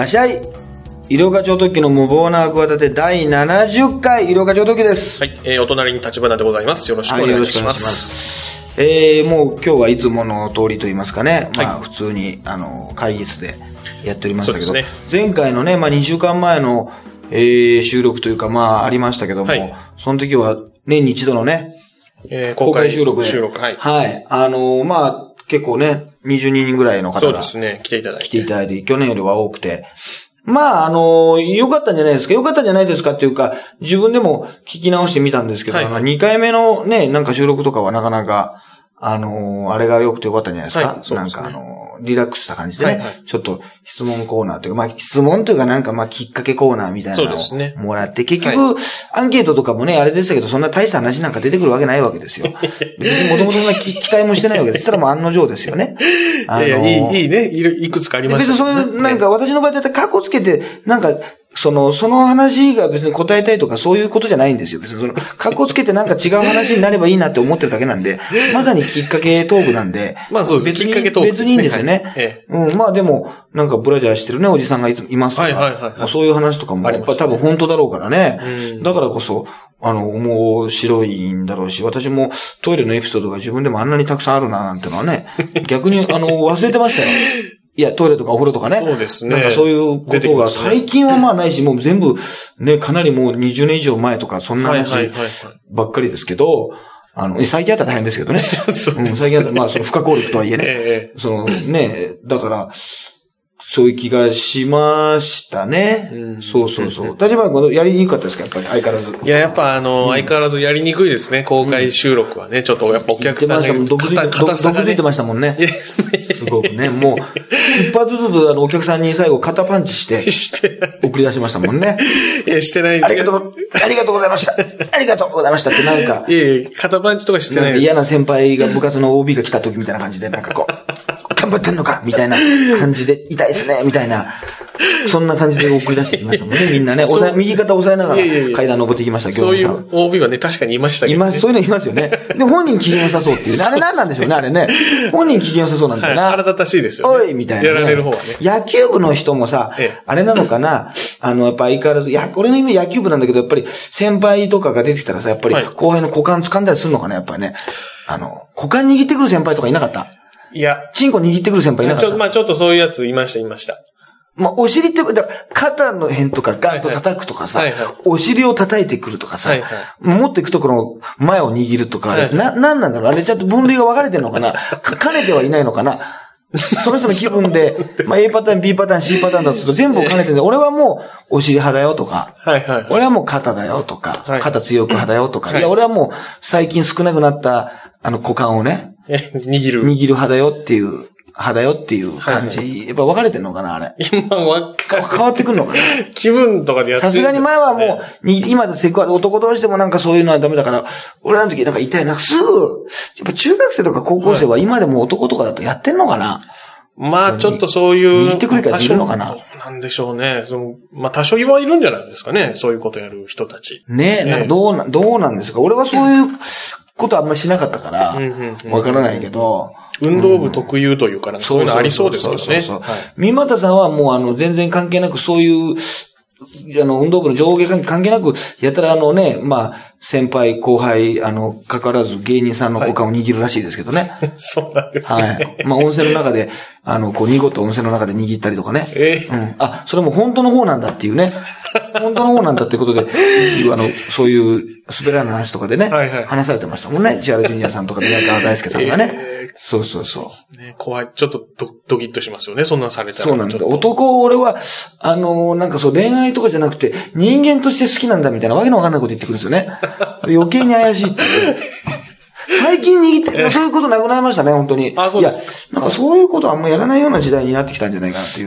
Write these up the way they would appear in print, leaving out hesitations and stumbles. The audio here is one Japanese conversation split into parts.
っしゃい。医療課長特急の無謀な企て第70回医療課長特急です。 はい、お隣に立花でございます。よろしくお願いします。 もう今日はいつもの通りと言いますかね、まあ普通に会議室でやっておりましたけど、ね、前回のね、まあ2週間前の、収録というかまあありましたけども、はい、その時は年に一度のね、公開収録で、はい。はい。まあ結構ね、22人ぐらいの方が、そうですね、来ていただいて、去年よりは多くて、まあ、良かったんじゃないですか。良かったんじゃないですかっていうか、自分でも聞き直してみたんですけど、はいはい、2回目のね、なんか収録とかはなかなか、あれが良くて良かったんじゃないですか。はい、そうですね、なんかリラックスした感じでね、はいはい、ちょっと質問コーナーというか、まあ質問というかなんかまあきっかけコーナーみたいなのをもらって、結局、はい、アンケートとかもね、あれでしたけど、そんな大した話なんか出てくるわけないわけですよ。別にもともとそんな期待もしてないわけです。ただもう案の定ですよね。 いいね。いくつかありましたね。 別にそういう、なんか私の場合だったらカッコつけて、なんか、その話が別に答えたいとかそういうことじゃないんですよ。別にカッコつけてなんか違う話になればいいなって思ってるだけなんで、まさにきっかけトークなんで。 まあそうです。きっかけトークですね。 別にいいんですよね。はい、まあでも、なんかブラジャーしてるね、おじさんがいますとか。はい。そういう話とかも、やっぱ多分本当だろうからね。だからこそ、面白いんだろうし、私もトイレのエピソードが自分でもあんなにたくさんあるななんてのはね、逆に忘れてましたよ。いや、トイレとかお風呂とかね。そうですね。なんかそういうことが、最近はまあないし、もう全部、ね、かなりもう20年以上前とか、そんな話ばっかりですけど、最近あったら大変ですけどね。最近あったら、まあ、その不可抗力とはいえね。ね、だから、そういう気がしましたね。そう。立花君やりにくかったですか、やっぱり相変わらず。 いや、やっぱ相変わらずやりにくいですね、公開収録はね。ちょっとやっぱお客さんが毒づいてましたもんね。すごくね。もう、一発ずつお客さんに最後肩パンチして、送り出しましたもんね。 してない。 ありがとうございました。ありがとうございましたってなんか。 肩パンチとかしてないです。 嫌な先輩が部活の OB が来た時みたいな感じで、なんかこう、頑張ってんのかみたいな感じで、痛いですねみたいな、そんな感じで送り出してきましたもんね、みんなね。右肩押さえながら階段登ってきましたけど。 そういう OB はね、確かにいましたけどね。 そういうのいますよね。で、本人機嫌良さそうっていうね。あれ何なんでしょうね、あれね。本人機嫌良さそうなんだよな。 腹立たしいですよね。 おいみたいな。 やられる方はね。 野球部の人もさ、あれなのかな、やっぱ相変わらず、俺の意味野球部なんだけど、やっぱり先輩とかが出てきたらさ、やっぱり後輩の股間掴んだりするのかな、やっぱりね。股間握ってくる先輩とかいなかった？いや。チンコ握ってくる先輩いなかった？ ちょっとそういうやついました。 まあ、お尻って、肩の辺とかガッと叩くとかさ、お尻を叩いてくるとかさ、持っていくところ前を握るとか、なんなんだろう、あれちゃんと分類が分かれてるのかな兼ねてはいないのかなその人の気分で、まあ、A パターン、B パターン、C パターンだとすると全部を兼ねてるんで、俺はもうお尻派だよとか、俺はもう肩だよとか、肩強く派だよとか、いや、俺はもう最近少なくなった股間をね、握る派だよっていう感じ。やっぱ分かれてんのかな、あれ。変わってくんのかな。 気分とかでやってる。 さすがに前はもう、今でセクハラ、男同士でもなんかそういうのはダメだから、俺らの時なんか痛いな、すぐ、やっぱ中学生とか高校生は今でも男とかだとやってんのかな。 まあちょっとそういう。 言ってくるからいるのかな。 どうなんでしょうね。まあ多少はいるんじゃないですかね。そういうことやる人たち。 ねえ、なんかどうなんですか。俺はそういうことあんまりしなかったから、わからないけど。 運動部特有というか、そういうのありそうですけどね。 三俣さんはもう全然関係なく、そういう、運動部の上下関係なく、やたらまあ、先輩、後輩、関わらず芸人さんの股間を握るらしいですけどね。 そうなんですね。はい。 まあ、温泉の中で、濁った温泉の中で握ったりとかね。それも本当の方なんだっていうね。本当の方なんだってことで、そういう滑らない話とかでね、話されてましたもんね。千原ジュニアさんとか宮川大輔さんがね。そう。 ね、怖い。ちょっとドキッとしますよね。そんなんされたら。 そうなんだ。俺は、なんか恋愛とかじゃなくて、人間として好きなんだみたいなわけのわかんないこと言ってくるんですよね。余計に怪しいっていう。最近握って、そういうことなくなりましたね、本当に。 そうですか。 いや、なんかそういうことあんまやらないような時代になってきたんじゃないかなっていう。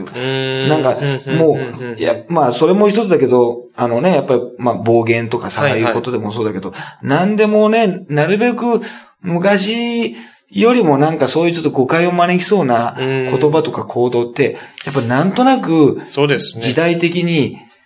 なんか、もう、いや、まあ、それも一つだけど、やっぱり、まあ、暴言とかさ、ああいうことでもそうだけど、なんでもね、なるべく、昔よりもなんかそういうちょっと誤解を招きそうな言葉とか行動って、やっぱなんとなく、時代的に、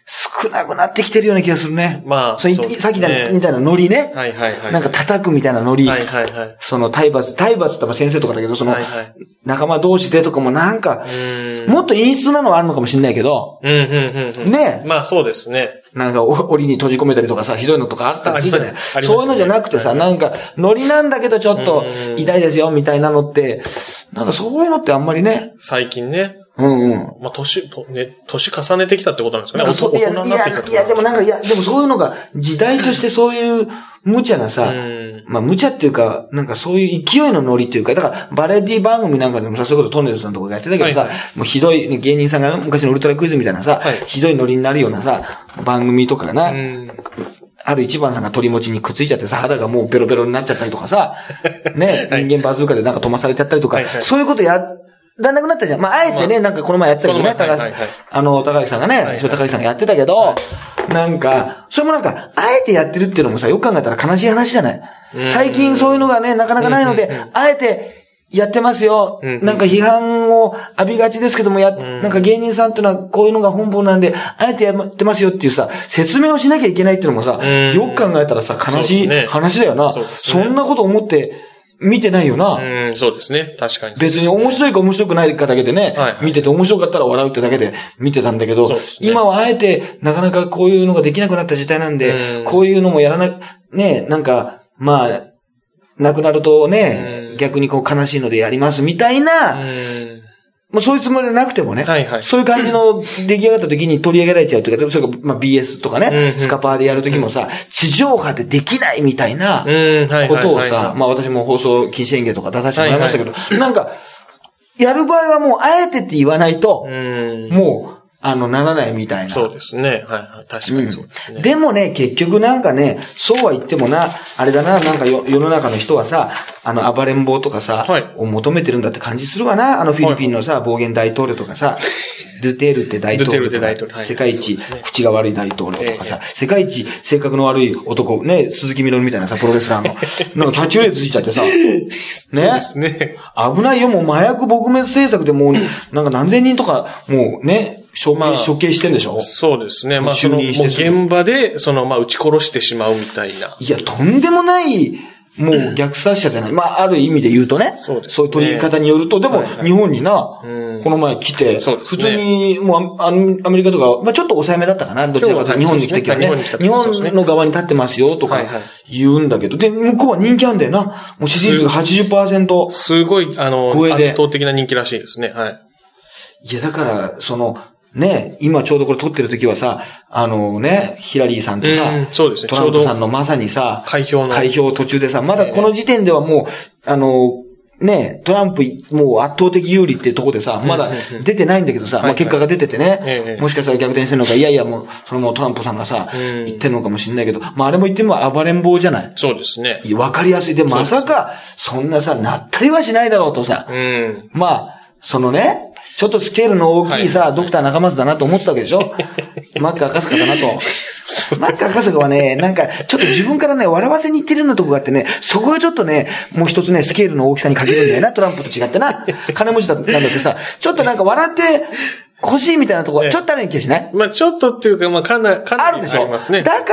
少なくなってきてるような気がするね。 まあ、 そうね、さっきみたいなノリね。 はいはいはい。 なんか叩くみたいなノリ。 はいはいはい。 その体罰って先生とかだけど、その、 はいはい、 仲間同士でとかもなんか、もっと陰湿なのはあるのかもしれないけど、ね。 まあそうですね。 なんか、檻に閉じ込めたりとかさ、ひどいのとかあったりするじゃない。そういうのじゃなくてさ、なんか、ノリなんだけどちょっと痛いですよ、みたいなのって、なんかそういうのってあんまりね。 最近ね。まあ、年重ねてきたってことなんですかね。大人になってきた。 いや、でもそういうのが、時代としてそういう無茶なさ、まあ無茶っていうか、なんかそういう勢いのノリっていうか、だからバラエティ番組なんかでもさ、そういうことトンネルズさんとかがやってたけどさ、もうひどい、芸人さんが昔のウルトラクイズみたいなさ、ひどいノリになるようなさ、番組とかがな、ある一番さんが鳥持ちにくっついちゃってさ、肌がもうベロベロになっちゃったりとかさ、ね、人間バズーカでなんか飛ばされちゃったりとか、そういうことだんなくなったじゃん。まあ、あえてね、なんかこの前やってたけどね、高木さんがね、高木さんがやってたけど、なんか、それもなんか、あえてやってるっていうのもさ、よく考えたら悲しい話じゃない。最近そういうのがね、なかなかないので、あえてやってますよ。なんか批判を浴びがちですけども、なんか芸人さんっていうのはこういうのが本分なんで、あえてやってますよっていうさ、説明をしなきゃいけないっていうのもさ、よく考えたらさ、悲しい話だよな。そんなこと思って、見てないよな。 そうですね。確かに。 別に面白いか面白くないかだけでね、見てて面白かったら笑うってだけで見てたんだけど、今はあえてなかなかこういうのができなくなった時代なんで、こういうのもやらな、ね、なんか、まあ、なくなるとね、逆にこう悲しいのでやりますみたいな、もうそういうつもりでなくてもね、そういう感じの出来上がった時に取り上げられちゃうというか、それからまあ BS とかね、スカパーでやる時もさ、地上波でできないみたいなことをさ、まあ私も放送禁止演芸とか出させてもらいましたけど、なんか、やる場合はもうあえてって言わないと、もう、ならないみたいな。 そうですね。はい。確かにそうですね。 でもね、結局なんかね、そうは言ってもな、あれだな、なんか世の中の人はさ、暴れん坊とかさ、を求めてるんだって感じするわな。フィリピンのさ、暴言大統領とかさ、ドゥテルテ大統領とか、世界一口が悪い大統領とかさ、世界一性格の悪い男、ね、鈴木みのるみたいなさ、プロレスラーの、なんかキャッチフレーズついちゃってさ、ね。 そうですね。 危ないよ、もう麻薬撲滅政策でもう、なんか何千人とか、もうね、処刑してんでしょ？ そうですね。まあ、もう現場で、撃ち殺してしまうみたいな。 いや、とんでもない、もう虐殺者じゃない。まあ、ある意味で言うとね。そうですね。そういう取り方によると、でも、日本にな、この前来て、普通に、もうアメリカとか、まあちょっと抑えめだったかな。どちらかというと日本に来てきてね。日本の側に立ってますよ、とか言うんだけど。で、向こうは人気あんだよな。もう支持率が 80%。 すごい、圧倒的な人気らしいですね。はい。 いや、だから、ね、今ちょうどこれ撮ってる時はさ、ヒラリーさんとさ、 そうですね、 トランプさんのまさにさ、開票途中でさ、まだこの時点ではもう、ね、トランプもう圧倒的有利ってとこでさ、まだ出てないんだけどさ、まあ結果が出ててね、もしかしたら逆転してるのか、いやいやもう、トランプさんがさ、言ってるのかもしれないけど、まああれも言っても暴れん坊じゃない。 そうですね。 わかりやすい。で、まさか、そんなさ、なったりはしないだろうとさ、まあ、ちょっとスケールの大きいさ、ドクター中松だなと思ってたわけでしょマック赤坂だなと。マック赤坂はね、なんか、ちょっと自分からね、笑わせに行ってるようなとこがあってね、そこがちょっとね、もう一つね、スケールの大きさに欠けるんだよな、トランプと違ってな。金持ちなんだってさ、ちょっとなんか笑って欲しいみたいなとこがちょっとある気がしない？ まあちょっとっていうか、まあかなりあるでしょ。ありますね。 だから、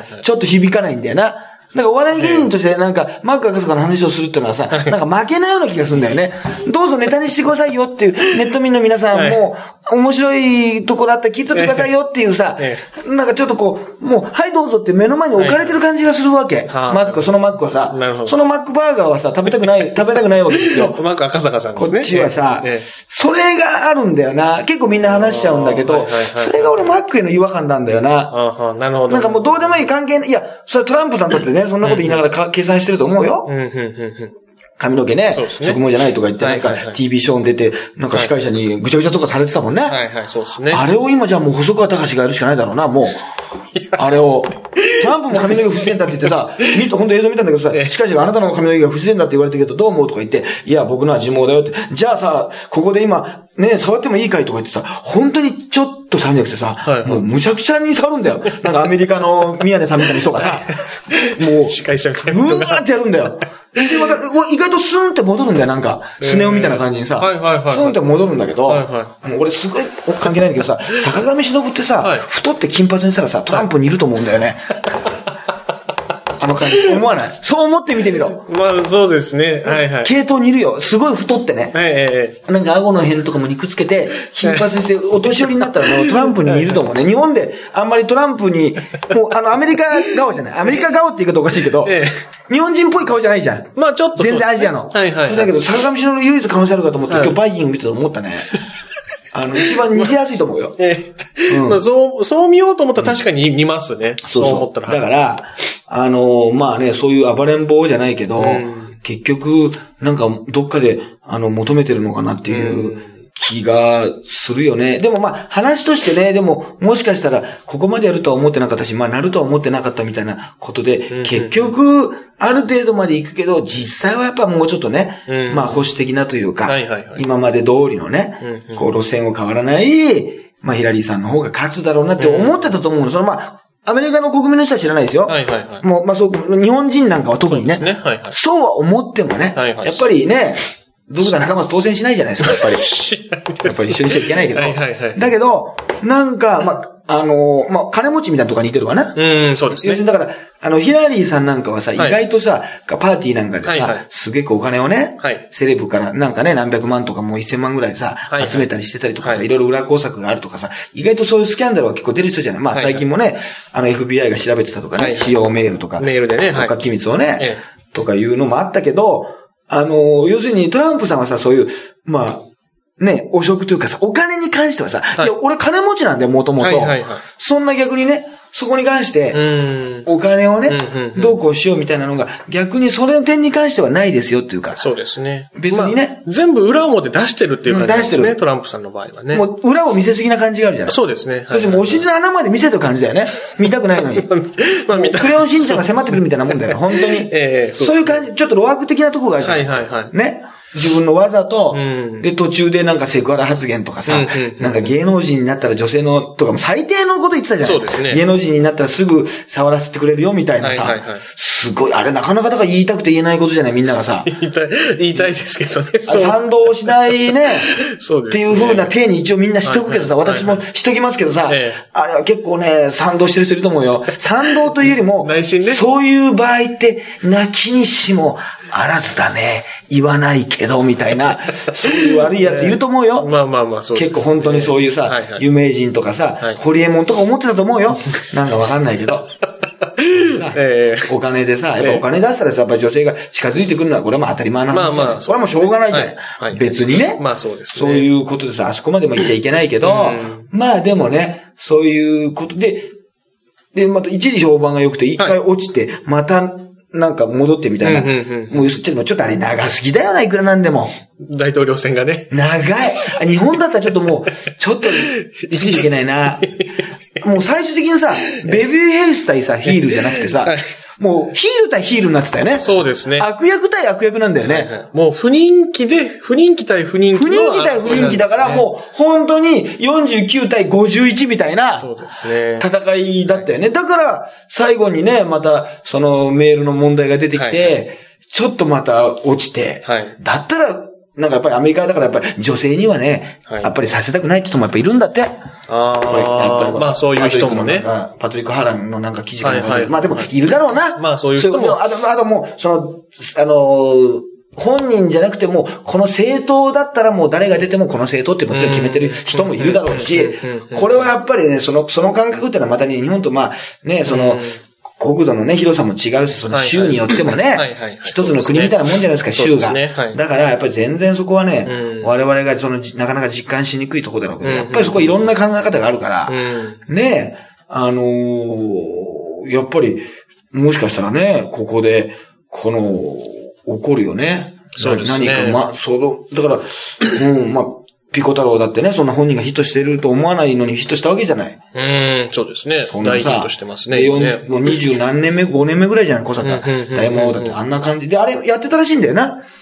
ちょっと響かないんだよな。なんかお笑い芸人としてなんか、マック赤坂の話をするっていうのはさ、なんか負けないような気がするんだよね。どうぞネタにしてくださいよっていう、ネット民の皆さんも、面白いところあったら聞いとってくださいよっていうさ、なんかちょっとこう、もう、はいどうぞって目の前に置かれてる感じがするわけ。そのマックはさ、そのマックバーガーはさ、食べたくないわけですよ。 マック赤坂さんですね。 こっちはさ、それがあるんだよな。結構みんな話しちゃうんだけど、それが俺マックへの違和感なんだよな。 なるほど。 なんかもうどうでもいい関係、いや、それトランプさんだってね、そんなこと言いながら計算してると思うよ。髪の毛ね、植毛じゃないとか言って、なんか TV ショーに出て、なんか司会者にぐちゃぐちゃとかされてたもんね。 そうですね。 あれを今じゃあもう細川隆がやるしかないだろうな、もう。あれを。トランプも髪の毛不自然だって言ってさ、ほんと映像見たんだけどさ、司会者があなたの髪の毛が不自然だって言われてるけどどう思うとか言って、いや僕のは寿命だよって。じゃあさ、ここで今、ね、触ってもいいかいとか言ってさ、本当にちょっと触んなくてさ、もうむちゃくちゃに触るんだよ。なんかアメリカの宮根さんみたいな人がさ、 もう、 司会者みたいな。 うわーってやるんだよ。で、また、意外とスーンって戻るんだよ、なんか。スネ夫みたいな感じにさ。 はいはいはい。 スーンって戻るんだけど、 はいはい。 もう俺すごい関係ないんだけどさ、坂上忍ってさ、はい、太って金髪にしたらさ、トランプにいると思うんだよね。あの感じ。思わない？そう思ってみてみろ。 まあ、そうですね。はいはい。 系統にいるよ。すごい太ってね。なんか顎の辺とかも肉つけて、金髪にして、お年寄りになったらね、トランプにいると思うね。日本であんまりトランプに、もうアメリカ顔じゃない。アメリカ顔って言い方おかしいけど、日本人っぽい顔じゃないじゃん。 まあちょっと。 全然アジアの。 はいはい。 だけど、坂上忍の唯一可能性あるかと思って、今日バイキング見てて思ったね。一番似せやすいと思うよ。 まあそう見ようと思ったら確かに似ますね。そう思ったら。 だから、まあね、そういう暴れん坊じゃないけど、結局、なんかどっかで、求めてるのかなっていう気がするよね。でもまあ、話としてね、でも、もしかしたら、ここまでやるとは思ってなかったし、まあ、なるとは思ってなかったみたいなことで、結局、ある程度まで行くけど、実際はやっぱもうちょっとね、まあ、保守的なというか、今まで通りのね、こう、路線を変わらない、まあ、ヒラリーさんの方が勝つだろうなって思ってたと思うの。そのまあ、アメリカの国民の人は知らないですよ。もう、まあそう、日本人なんかは特にね。そうは思ってもね。やっぱりね、どこか仲間当選しないじゃないですか、やっぱり。やっぱり一緒にしちゃいけないけど。だけど、なんか、まあ、まあ、金持ちみたいなとこに似てるわな。 そうですね。 だから、ヒラリーさんなんかはさ、意外とさ、パーティーなんかでさ、すげえお金をね、セレブからなんかね、何百万とかもう1000万ぐらいさ、集めたりしてたりとかさ、いろいろ裏工作があるとかさ、意外とそういうスキャンダルは結構出る人じゃない。まあ、最近もね、FBI が調べてたとかね、使用メールとか。 メールでね。 とか機密をね、とかいうのもあったけど、要するにトランプさんはさ、そういう、まあ、ね、汚職というかさ、お金に関してはさ、いや、俺金持ちなんだよ、もともと。そんな逆にね、そこに関して、お金をね、どうこうしようみたいなのが、逆にそれの点に関してはないですよっていうか。 そうですね。 別にね。 全部裏表出してるっていう感じですね。出してる。トランプさんの場合はね。 もう裏を見せすぎな感じがあるじゃない。 そうですね。 そしてもうお尻の穴まで見せてる感じだよね。見たくないのに。まあクレヨンしんちゃんが迫ってくるみたいなもんだよ。本当に。そういう感じ、ちょっと露悪的なとこがあるじゃない。ね。自分の技と、で、途中でなんかセクハラ発言とかさ、なんか芸能人になったら女性の、とかも最低のこと言ってたじゃない。 そうですね。 芸能人になったらすぐ触らせてくれるよみたいなさ、すごい、あれなかなかだから言いたくて言えないことじゃない、みんながさ。 言いたいですけどね。 賛同しないね。そうです。っていう風な体に一応みんなしとくけどさ、私もしときますけどさ、あれは結構ね、賛同してる人いると思うよ。賛同というよりも、そういう場合って、泣きにしもあらずだね。言わないけど、みたいな、そういう悪いやついると思うよ。 まあまあまあ、そうです。 結構本当にそういうさ、有名人とかさ、ホリエモンとか思ってたと思うよ。なんかわかんないけど。お金でさ、やっぱお金出したらさ、やっぱり女性が近づいてくるのは、これはまあ当たり前なんですよ。まあまあ、それはもうしょうがないじゃん。別にね。 まあそうですね。 そういうことでさ、あそこまでも言っちゃいけないけど、まあでもね、そういうことで、また一時評判が良くて、一回落ちて、また、なんか戻ってみたいな。もうちょっとあれ長すぎだよな、いくらなんでも。 大統領選がね。 長い。日本だったらちょっともう、ちょっと、いついけないな。もう最終的にさ、ベビーヘイス対さ、ヒールじゃなくてさ、もうヒール対ヒールになってたよね。 そうですね。 悪役対悪役なんだよね。 もう不人気対不人気。 不人気対不人気だから、もう本当に49対51みたいな戦いだったよね。だから最後にね、またそのメールの問題が出てきて、ちょっとまた落ちて、だったら、なんかやっぱりアメリカだからやっぱり女性にはね、やっぱりさせたくないって人もやっぱいるんだって。 まあそういう人もね。 パトリック・ハランのなんか記事がまあでもいるだろうな。 まあそういう人も。 あともう、本人じゃなくても、この政党だったらもう誰が出てもこの政党ってもちろん決めてる人もいるだろうし、これはやっぱりね、その感覚っていうのはまたね、日本とまあね、国土のね、広さも違うし、その州によってもね、一つの国みたいなもんじゃないですか、州が。だから、やっぱり全然そこはね、我々がなかなか実感しにくいところだろうけど、やっぱりそこいろんな考え方があるから、ね、やっぱり、もしかしたらね、ここで、起こるよね。 そうですね。 何か、だから、ピコ太郎だってね、そんな本人がヒットしてると思わないのにヒットしたわけじゃない。 そうですね。大ヒットしてますね。 もう20何年目、5年目ぐらいじゃない、小坂。大魔王だってあんな感じで、あれやってたらしいんだよな。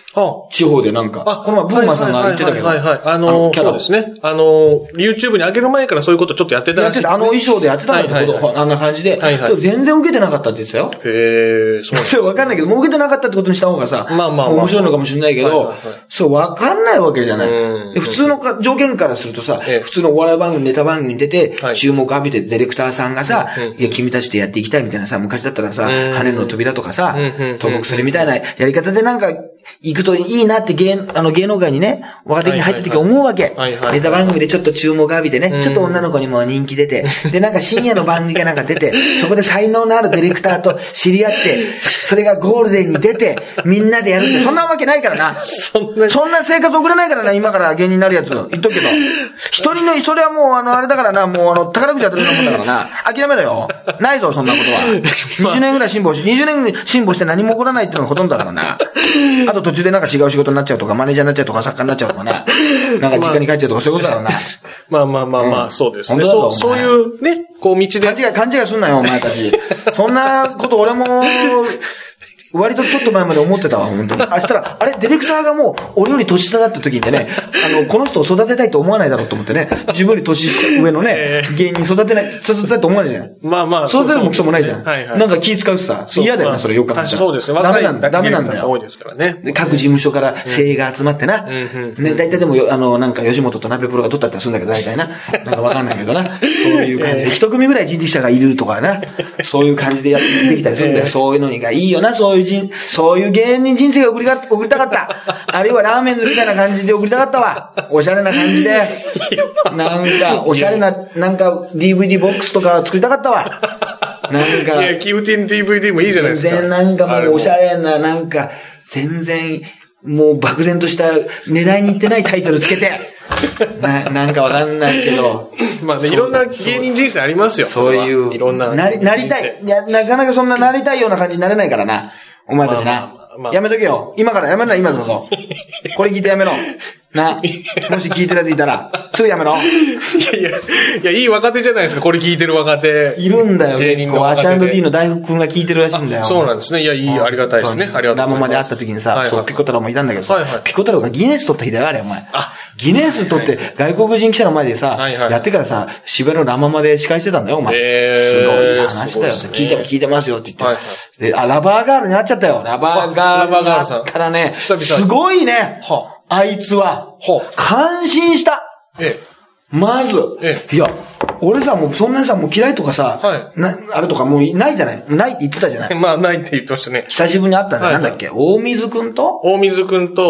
地方でなんか。この前、ブーマーさんが言ってたけど。 はい。そうですね。YouTube に上げる前からそういうことちょっとやってたらしいですね。 衣装でやってたんだけど、あんな感じで。全然受けてなかったって言ってたよ。 へー、そう。 それわかんないけど、もう受けてなかったってことにした方がさ、面白いのかもしれないけど、そう、わかんないわけじゃない。普通の条件からするとさ、普通のお笑い番組、ネタ番組に出て、注目浴びてディレクターさんがさ、いや、君たちでやっていきたいみたいなさ、昔だったらさ、羽根の扉とかさ、投獄するみたいなやり方でなんか、行くといいなって芸能界にね、若手に入った時思うわけ。ネタ番組でちょっと注目浴びてね、ちょっと女の子にも人気出て、で、なんか深夜の番組かなんか出て、そこで才能のあるディレクターと知り合って、それがゴールデンに出て、みんなでやるって、そんなわけないからな。そんな生活送れないからな、今から芸人になるやつ。言っとくけど。一人の、それはもうあれだからな、もう宝くじ当たるようなもんだからな。諦めろよ。ないぞ、そんなことは。20年ぐらい辛抱して何も起こらないっていうのがほとんどだからな。あと途中でなんか違う仕事になっちゃうとか、マネージャーになっちゃうとか、作家になっちゃうとかな。なんか実家に帰っちゃうとか、そういうことだからな。 まあ、そうですね。そういうね、こう道で。 勘違いすんなよ、お前たち。そんなこと俺も、割とちょっと前まで思ってたわ、本当に。したら、ディレクターがもう、俺より年下だった時にね、この人を育てたいと思わないだろうと思ってね、自分より年上のね、芸人育てたいと思わないじゃん。育てるもクソもないじゃん。なんか気使うしさ、嫌だよな、それよく考えたら。 そうですね。 ダメなんだよ。 多いですからね。 各事務所から精鋭が集まってな。ね、大体でも、なんか吉本と鍋プロが取ったってするんだけど、大体な。なんかわかんないけどな。そういう感じで、一組ぐらい人力車がいるとかな。そういう感じでできたりするんだよ。そういうのがいいよな、そういう芸人人生が送りたかった。あるいはラーメンズみたいな感じで送りたかったわ。おしゃれな感じで。なんか、おしゃれな、なんか DVD ボックスとか作りたかったわ。なんか。 いや、キムティン DVD もいいじゃないですか。 全然なんかもうおしゃれな、なんか、全然、もう漠然とした狙いに行ってないタイトルつけて。なんかわかんないけど。 まあね、いろんな芸人人生ありますよ。 そういう。 いろんな。 なりたい。いや、なかなかそんななりたいような感じになれないからな。お前たちな。やめとけよ。今からやめるな、今だぞ。これ聞いてやめろ。な。もし聞いてるやついたら、すぐやめろ。 いや、いい若手じゃないですか、これ聞いてる若手。 いるんだよ、結構。アシャンド D の大福くんが聞いてるらしいんだよ。 そうなんですね。いや、いい、ありがたいですね。ありがとうございます。 ラマまで会った時にさ、そう、ピコ太郎もいたんだけどさ、ピコ太郎がギネス取った日だよ、あれ、お前。ギネス取って外国人記者の前でさ、やってからさ、渋谷のラマまで司会してたんだよ、お前。すごい話だよ。聞いてますよって言って。で、ラバーガールに会っちゃったよ。ラバーガールさん。からね、すごいね。あいつは、感心した。まず、いや、俺さ、もうそんなさ、もう嫌いとかさ、あれとかもうないじゃない。ないって言ってたじゃない。 まあ、ないって言ってましたね。 久しぶりに会ったんだ。なんだっけ、大水くんと、 飛永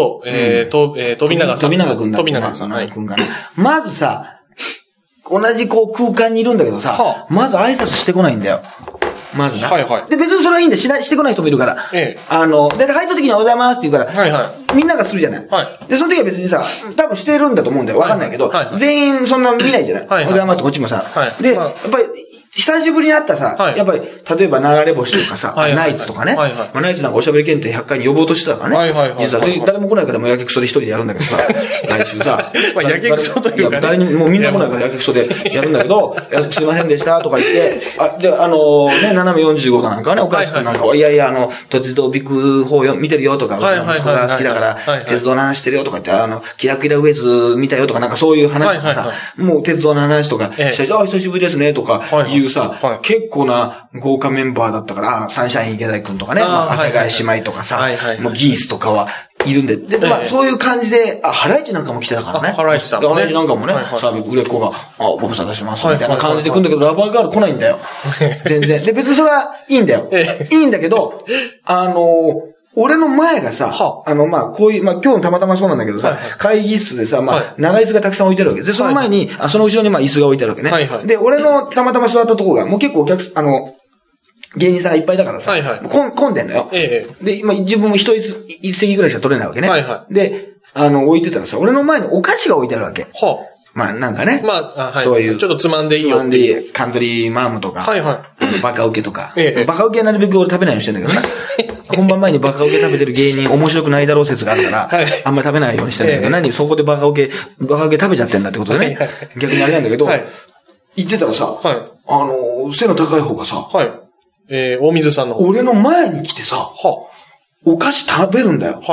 さん。 飛永くんだ。飛永さんくんがね。まずさ、同じこう空間にいるんだけどさ、まず挨拶してこないんだよ。まずな。で、別にそれはいいんだよ。してこない人もいるから。だいたい入った時にはおはようございますって言うから、みんながするじゃない。で、その時は別にさ、多分してるんだと思うんだよ。わかんないけど、全員そんな見ないじゃない。おはようございますってこっちもさ。で、やっぱり、久しぶりに会ったさ、やっぱり、例えば流れ星とかさ、ナイツとかね。ナイツなんかおしゃべり検定100回に呼ぼうとしてたからね。実は、誰も来ないからもうやけくそで一人でやるんだけどさ、来週さ。 やけくそというか。 誰にもうみんな来ないからやけくそでやるんだけど、すいませんでしたとか言って、で、斜め45度なんかはね、お母さんなんかは、いやいや、鉄道ビッグ4見てるよとか、息子が好きだから、鉄道の話してるよとか言って、キラキラウエズ見たよとか、なんかそういう話とかさ、もう鉄道の話とか、久しぶりですねとかいうさ、結構な豪華メンバーだったから、サンシャイン池田くんとかね、阿佐ヶ谷姉妹とかさ、もうギースとかはいるんで、で、まあそういう感じで、ハライチなんかも来てたからね。 ハライチさん。 ハライチなんかもね、サービス売れっ子が、ご無沙汰しますみたいな感じで来るんだけど、ラバーガール来ないんだよ。全然。で、別にそれはいいんだよ。いいんだけど、俺の前がさ、まあ、こういう、まあ、今日たまたまそうなんだけどさ、会議室でさ、まあ、長椅子がたくさん置いてあるわけで、その前に、その後ろにまあ、椅子が置いてあるわけね。で、俺のたまたま座ったところが、もう結構芸人さんがいっぱいだからさ、混んでんのよ。で、今、自分も一席ぐらいしか取れないわけね。で、置いてたらさ、俺の前にお菓子が置いてあるわけ。まあなんかね。 まあ、 そういう。 ちょっとつまんでいいよ。 つまんでいい。カントリーマームとか。バカウケとか。バカウケはなるべく俺食べないようにしてんだけどな。本番前にバカウケ食べてる芸人面白くないだろう説があるから、あんまり食べないようにしてんだけど、何そこでバカウケ食べちゃってんだってことでね。逆にあれなんだけど、言ってたらさ、背の高い方がさ、 大水さんの方。 俺の前に来てさ、お菓子食べるんだよ。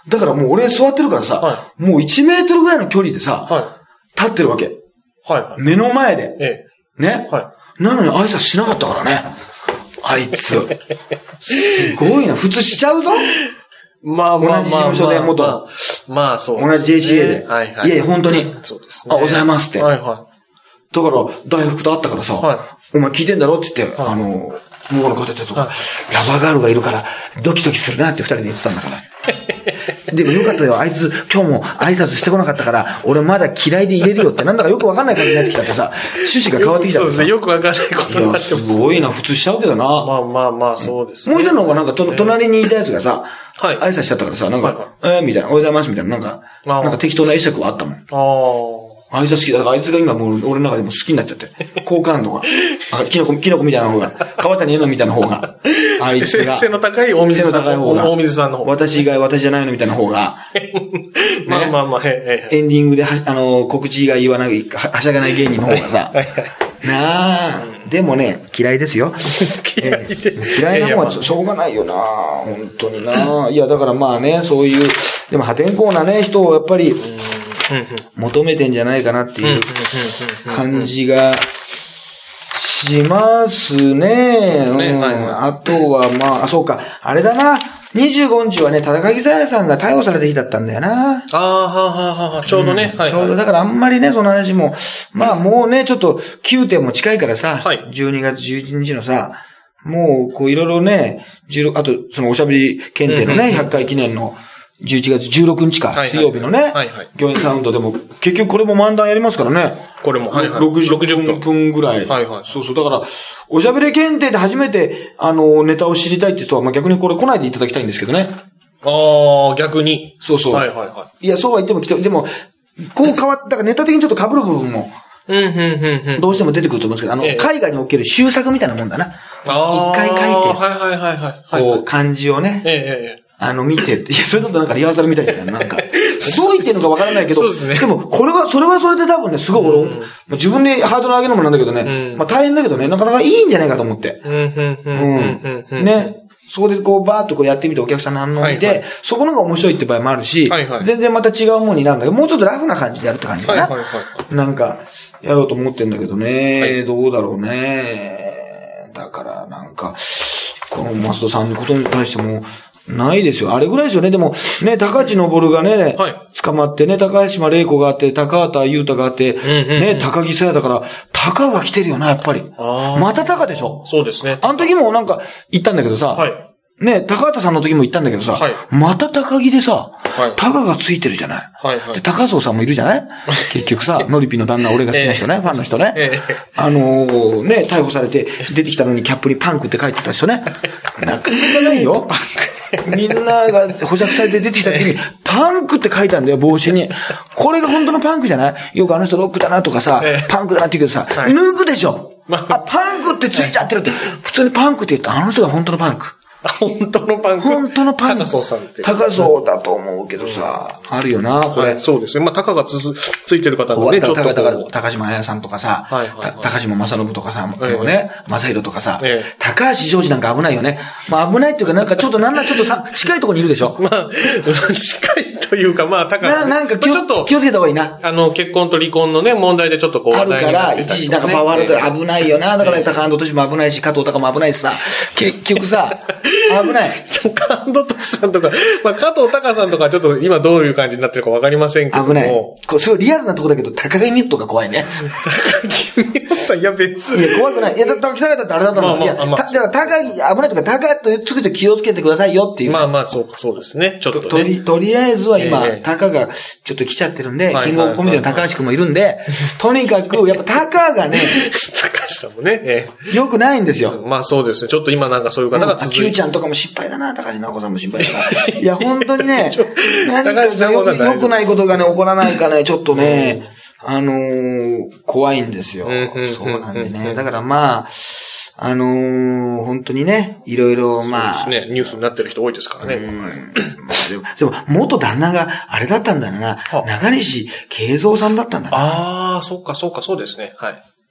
だからもう俺座ってるからさ、もう1メートルぐらいの距離でさ、立ってるわけ。目の前で。ね。なのに挨拶しなかったからね。あいつ。すごいな。普通しちゃうぞ。 まあまあまあ。同じ事務所で元。 まあそう。 同じ JCA で。いやいや、本当に。 そうですね。 おはようございますって。だから、大福と会ったからさ、お前聞いてんだろって言って、向こうの方ってとか、ラバーガールがいるから、ドキドキするなって二人で言ってたんだから。でもよかったよ、あいつ今日も挨拶してこなかったから、俺まだ嫌いで入れるよって、なんだかよくわかんない感じになってきたってさ、趣旨が変わってきたってさ。 そうですね、よくわかんないことになってます、 ね。すごいな、普通しちゃうけどな。 まあまあまあ、そうですね。 もう一人の方がなんか隣にいたやつがさ、挨拶しちゃったからさ、なんか、みたいな、おはようございますみたいな、なんか適当な会釈はあったもん。あいつは好きだから、あいつが今もう俺の中でも好きになっちゃって。好感度が。キノコみたいな方が。川谷絵音みたいな方が。あいつが。 背の高い大水さんの方が。大水さんの方が。 私以外私じゃないのみたいな方が。 まあまあまあ、 エンディングで告知以外言わない、はしゃがない芸人の方がさ。なあ。でもね、嫌いですよ。嫌いな方はしょうがないよな。本当にな。いや、だからまあね、そういう、でも破天荒なね、人をやっぱり、求めてんじゃないかなっていう感じがしますね。あとはまあ、そうか、あれだな。25日はね、高木沙耶さんが逮捕された日だったんだよな。 ちょうどね。 ちょうど、だからあんまりね、その話も、まあもうね、ちょっと9点も近いからさ、12月11日のさ、もうこういろいろね、あとそのおしゃべり検定のね、100回記念の、11月16日か、水曜日のね、御苑サウンドでも、結局これも漫談やりますからね。 これも、 60分ぐらい。そうそう。だから、おしゃべり検定で初めて、ネタを知りたいって人は、まあ、逆にこれ来ないでいただきたいんですけどね。 逆に。 そうそう。いや、そうは言ってもでも、こう変わった、だからネタ的にちょっと被る部分も、どうしても出てくると思うんですけど、絵画における修作みたいなもんだな。一回書いて、こう、漢字をね。見てって。いや、それだとなんかリハーサルみたいじゃないなんか。どう言ってるのかわからないけど。そうですね。でも、それはそれで多分ね、すごい俺、自分でハードル上げるのもなんだけどね。まあ大変だけどね、なかなかいいんじゃないかと思って。ね。そこでこう、バーっとこうやってみてお客さんの反応を見て、そこの方が面白いって場合もあるし、全然また違うものになるんだけど、もうちょっとラフな感じでやるって感じかな。なんか、やろうと思ってんだけどね。どうだろうね。だからなんか、この増田さんのことに対しても、ないですよ。あれぐらいですよね。でも、ね、高知昇がね、捕まってね、高島玲子があって、高畑優太があって、ね、高木沙耶だから、高が来てるよな、やっぱり。また高でしょ。 そうですね。 あの時もなんか、行ったんだけどさ、ね、高畑さんの時も行ったんだけどさ、また高木でさ、高がついてるじゃない。で、高荘さんもいるじゃない結局さ、ノリピの旦那、俺が好きな人ね、ファンの人ね。ね、逮捕されて、出てきたのにキャップにパンクって書いてた人ね。なかなかないよ。みんなが保釈されて出てきた時に、パンクって書いたんだよ、帽子に。これが本当のパンクじゃないよくあの人ロックだなとかさ、パンクだなって言うけどさ、脱ぐでしょ。パンクってついちゃってるって。普通にパンクって言ったあの人が本当のパンク。 本当のパンク。 本当のパンク。 高荘さんって。 高荘だと思うけどさ、あるよな、これ。 そうですね。まあ、高がついてる方もね、ちょっと。 高島彩さんとかさ、高島正信とかさ、ね、正宏とかさ、高橋ジョージなんか危ないよね。まあ、危ないっていうか、なんかちょっと近いところにいるでしょ。 まあ、近いというか、まあ、高なんかちょっと気をつけた方がいいな。 結婚と離婚のね、問題でちょっとこう、 あるから、一時なんかパワールド危ないよな。だから高安俊も危ないし、加藤隆も危ないしさ、結局さ、危ない。 高安俊さんとか、まあ、加藤隆さんとかちょっと今どういう感じになってるかわかりませんけども。 危ない。すごいリアルなとこだけど、高木ミュットが怖いね。 高木ミュットさん、いや別に。 いや、怖くない。いや、高木さんだってあれだったの。いや、だから高木、危ないとか、高木とつくと気をつけてくださいよっていう。 まあまあ、そうですね。ちょっとね。 とりあえずは今、高がちょっと来ちゃってるんで、キングオブコメディの高橋くんもいるんで、とにかく、やっぱ高がね、 高橋さんもね、 よくないんですよ。 まあそうですね。ちょっと今なんかそういう方が続いて。 Q ちゃんとかも失敗だな、高橋直子さんも心配だな。いや、本当にね、何か良くないことがね、起こらないかね、ちょっとね、怖いんですよ。そうなんでね。だからまあ、本当にね、いろいろまあ。 そうですね。ニュースになってる人多いですからね。 でも、元旦那があれだったんだな。中西慶三さんだったんだな。 ああ、そうか、そうですね。はい。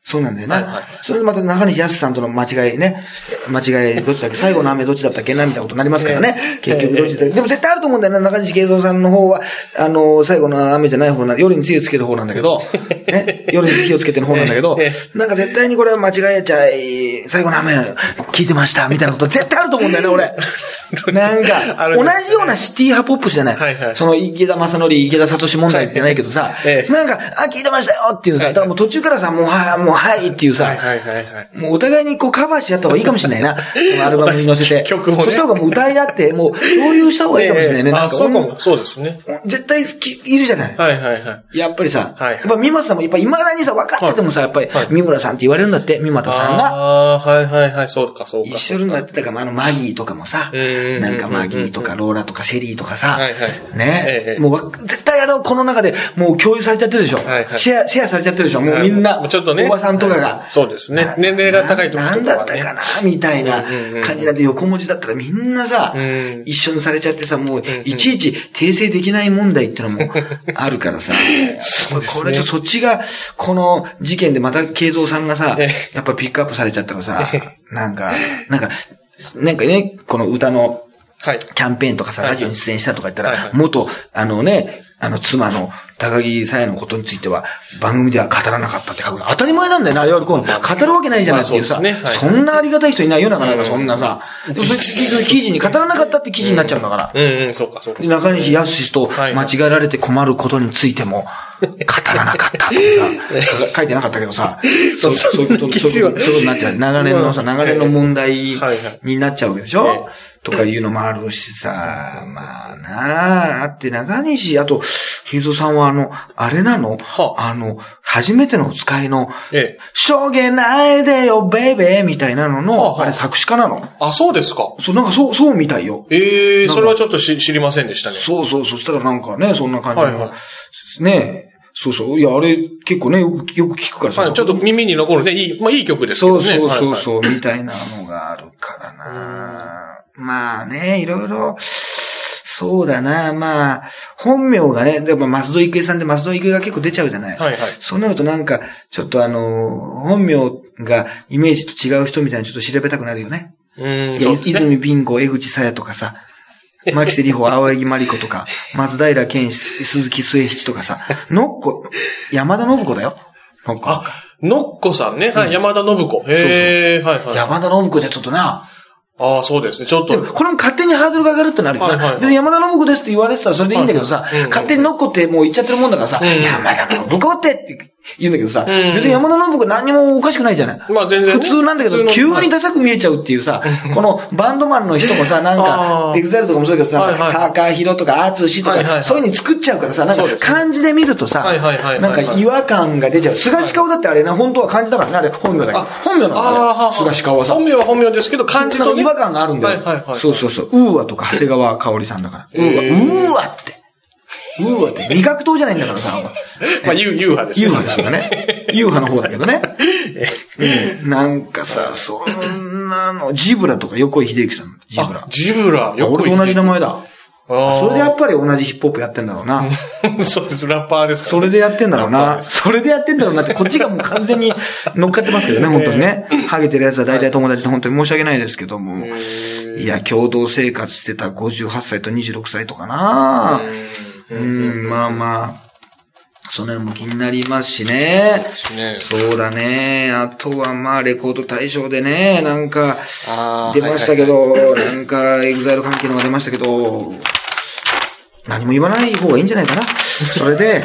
そうなんだよな。 はいはい。 それでまた中西康さんとの間違いね。どっちだっけ最後の雨どっちだったっけなみたいなことになりますからね。結局どっちだっけでも絶対あると思うんだよな。中西慶三さんの方は、最後の雨じゃない方夜に火をつける方なんだけど、ね。夜に火をつけてる方なんだけど、なんか絶対にこれは間違えちゃい、最後の雨聞いてました、みたいなこと絶対あると思うんだよね、俺。なんか、同じようなシティ派ポップスじゃない。はいはい。その池田正則、池田聡問題ってないけどさ、なんか、聞いてましたよっていうさ、だからもう途中からさ、もうはいっていうさ、もうお互いにこうカバーし合った方がいいかもしれないな。このアルバムに乗せて。曲をね。そした方がもう歌い合って、もう共有した方がいいかもしれないね。なんかそうですね。 絶対いるじゃない。はいはいはい。やっぱりさ、やっぱ三又さんもやっぱ未だにさ、分かっててもさ、やっぱり三村さんって言われるんだって、三又さんが。 はいはいはい、そうかそうか。 一緒になってたからマギーとかもさ、なんかマギーとかローラとかシェリーとかさ、ね。もう絶対この中でもう共有されちゃってるでしょ。シェアされちゃってるでしょ。もうみんな、 ちょっとね、 おばさんとかが。 そうですね。年齢が高いとかなんだったかなみたいな感じなんで横文字だったらみんなさ、一緒にされちゃってさ、もういちいち訂正できない問題ってのもあるからさ、これそっちが、この事件でまた慶三さんがさ、やっぱピックアップされちゃったらさ、なんかね、この歌のキャンペーンとかさ、ラジオに出演したとか言ったら、元、妻の高木さやのことについては、番組では語らなかったって書くの。当たり前なんだよね、あれは語るわけないじゃないっていうさ、そんなありがたい人いないよ、なかなかそんなさ。記事に語らなかったって記事になっちゃうんだから。 そうか。 中西康と間違えられて困ることについても、語らなかったとかさ、書いてなかったけどさ、そういうことになっちゃう。長年の問題になっちゃうわけでしょとかいうのもあるしさ、まあなあ、って中西、あと、慶三さんはあれなの初めてのお使いの、しょげないでよ、ベイベーみたいなのの、あれ作詞家なの？ あ、そうですか。 なんかそうみたいよ。 それはちょっと知りませんでしたね。 そしたらなんかね、そんな感じの、ね。そう。いや、あれ、結構ね、よく聞くからさ。 ちょっと耳に残るね。いい曲ですけどね。 そう、みたいなのがあるからな。まあね、いろいろ、そうだな、まあ、本名がね、でも松戸郁恵さんで松戸郁恵が結構出ちゃうじゃない。はいはい。そうなるとなんか、ちょっと本名がイメージと違う人みたいにちょっと調べたくなるよね。泉ピン子、江口さやとかさ。牧瀬里穂、青柳まり子とか、松平健、鈴木末吉とかさ、山田信子だよ。 のっこさんね。はい、山田信子。へぇ、はい。 山田信子じゃちょっとな。 ああ、そうですね。ちょっと。 これも勝手にハードルが上がるってなるよね。で、山田信子ですって言われてたらそれでいいんだけどさ、勝手にのっこってもう言っちゃってるもんだからさ、山田信子って言うんだけどさ、別に山田信子何にもおかしくないじゃない。 まあ全然。 普通なんだけど、急にダサく見えちゃうっていうさ、このバンドマンの人もさ、なんか、エグザイルとかもそうだけどさ、高弘とか、アツシとか、そういう風に作っちゃうからさ、なんか漢字で見るとさ、なんか違和感が出ちゃう。菅氏顔だってあれな、本当は漢字だからね、あれ本名だけど。本名なんだね。菅氏顔はさ。 本名は本名ですけど、漢字と違和感があるんだよ。そう。ウーアとか長谷川香織さんだから。ウーアって。味覚糖じゃないんだからさ。 まあ、ユーハですね。ユーハですよね。ユーハの方だけどね。なんかさ、そんなの、ジブラとか横井秀幸さん。 ジブラ。 俺と同じ名前だ。それでやっぱり同じヒップホップやってんだろうな。 そうです、ラッパーですからね。それでやってんだろうな。それでやってんだろうなって、こっちがもう完全に乗っかってますけどね、本当にね。ハゲてるやつは大体友達で本当に申し訳ないですけども。いや、共同生活してた58歳と26歳とかな。まあ。その辺も気になりますしね。そうだね。あとはまあ、レコード大賞でね、なんか、出ましたけど、なんか、エグザイル関係のが出ましたけど、何も言わない方がいいんじゃないかな。それで、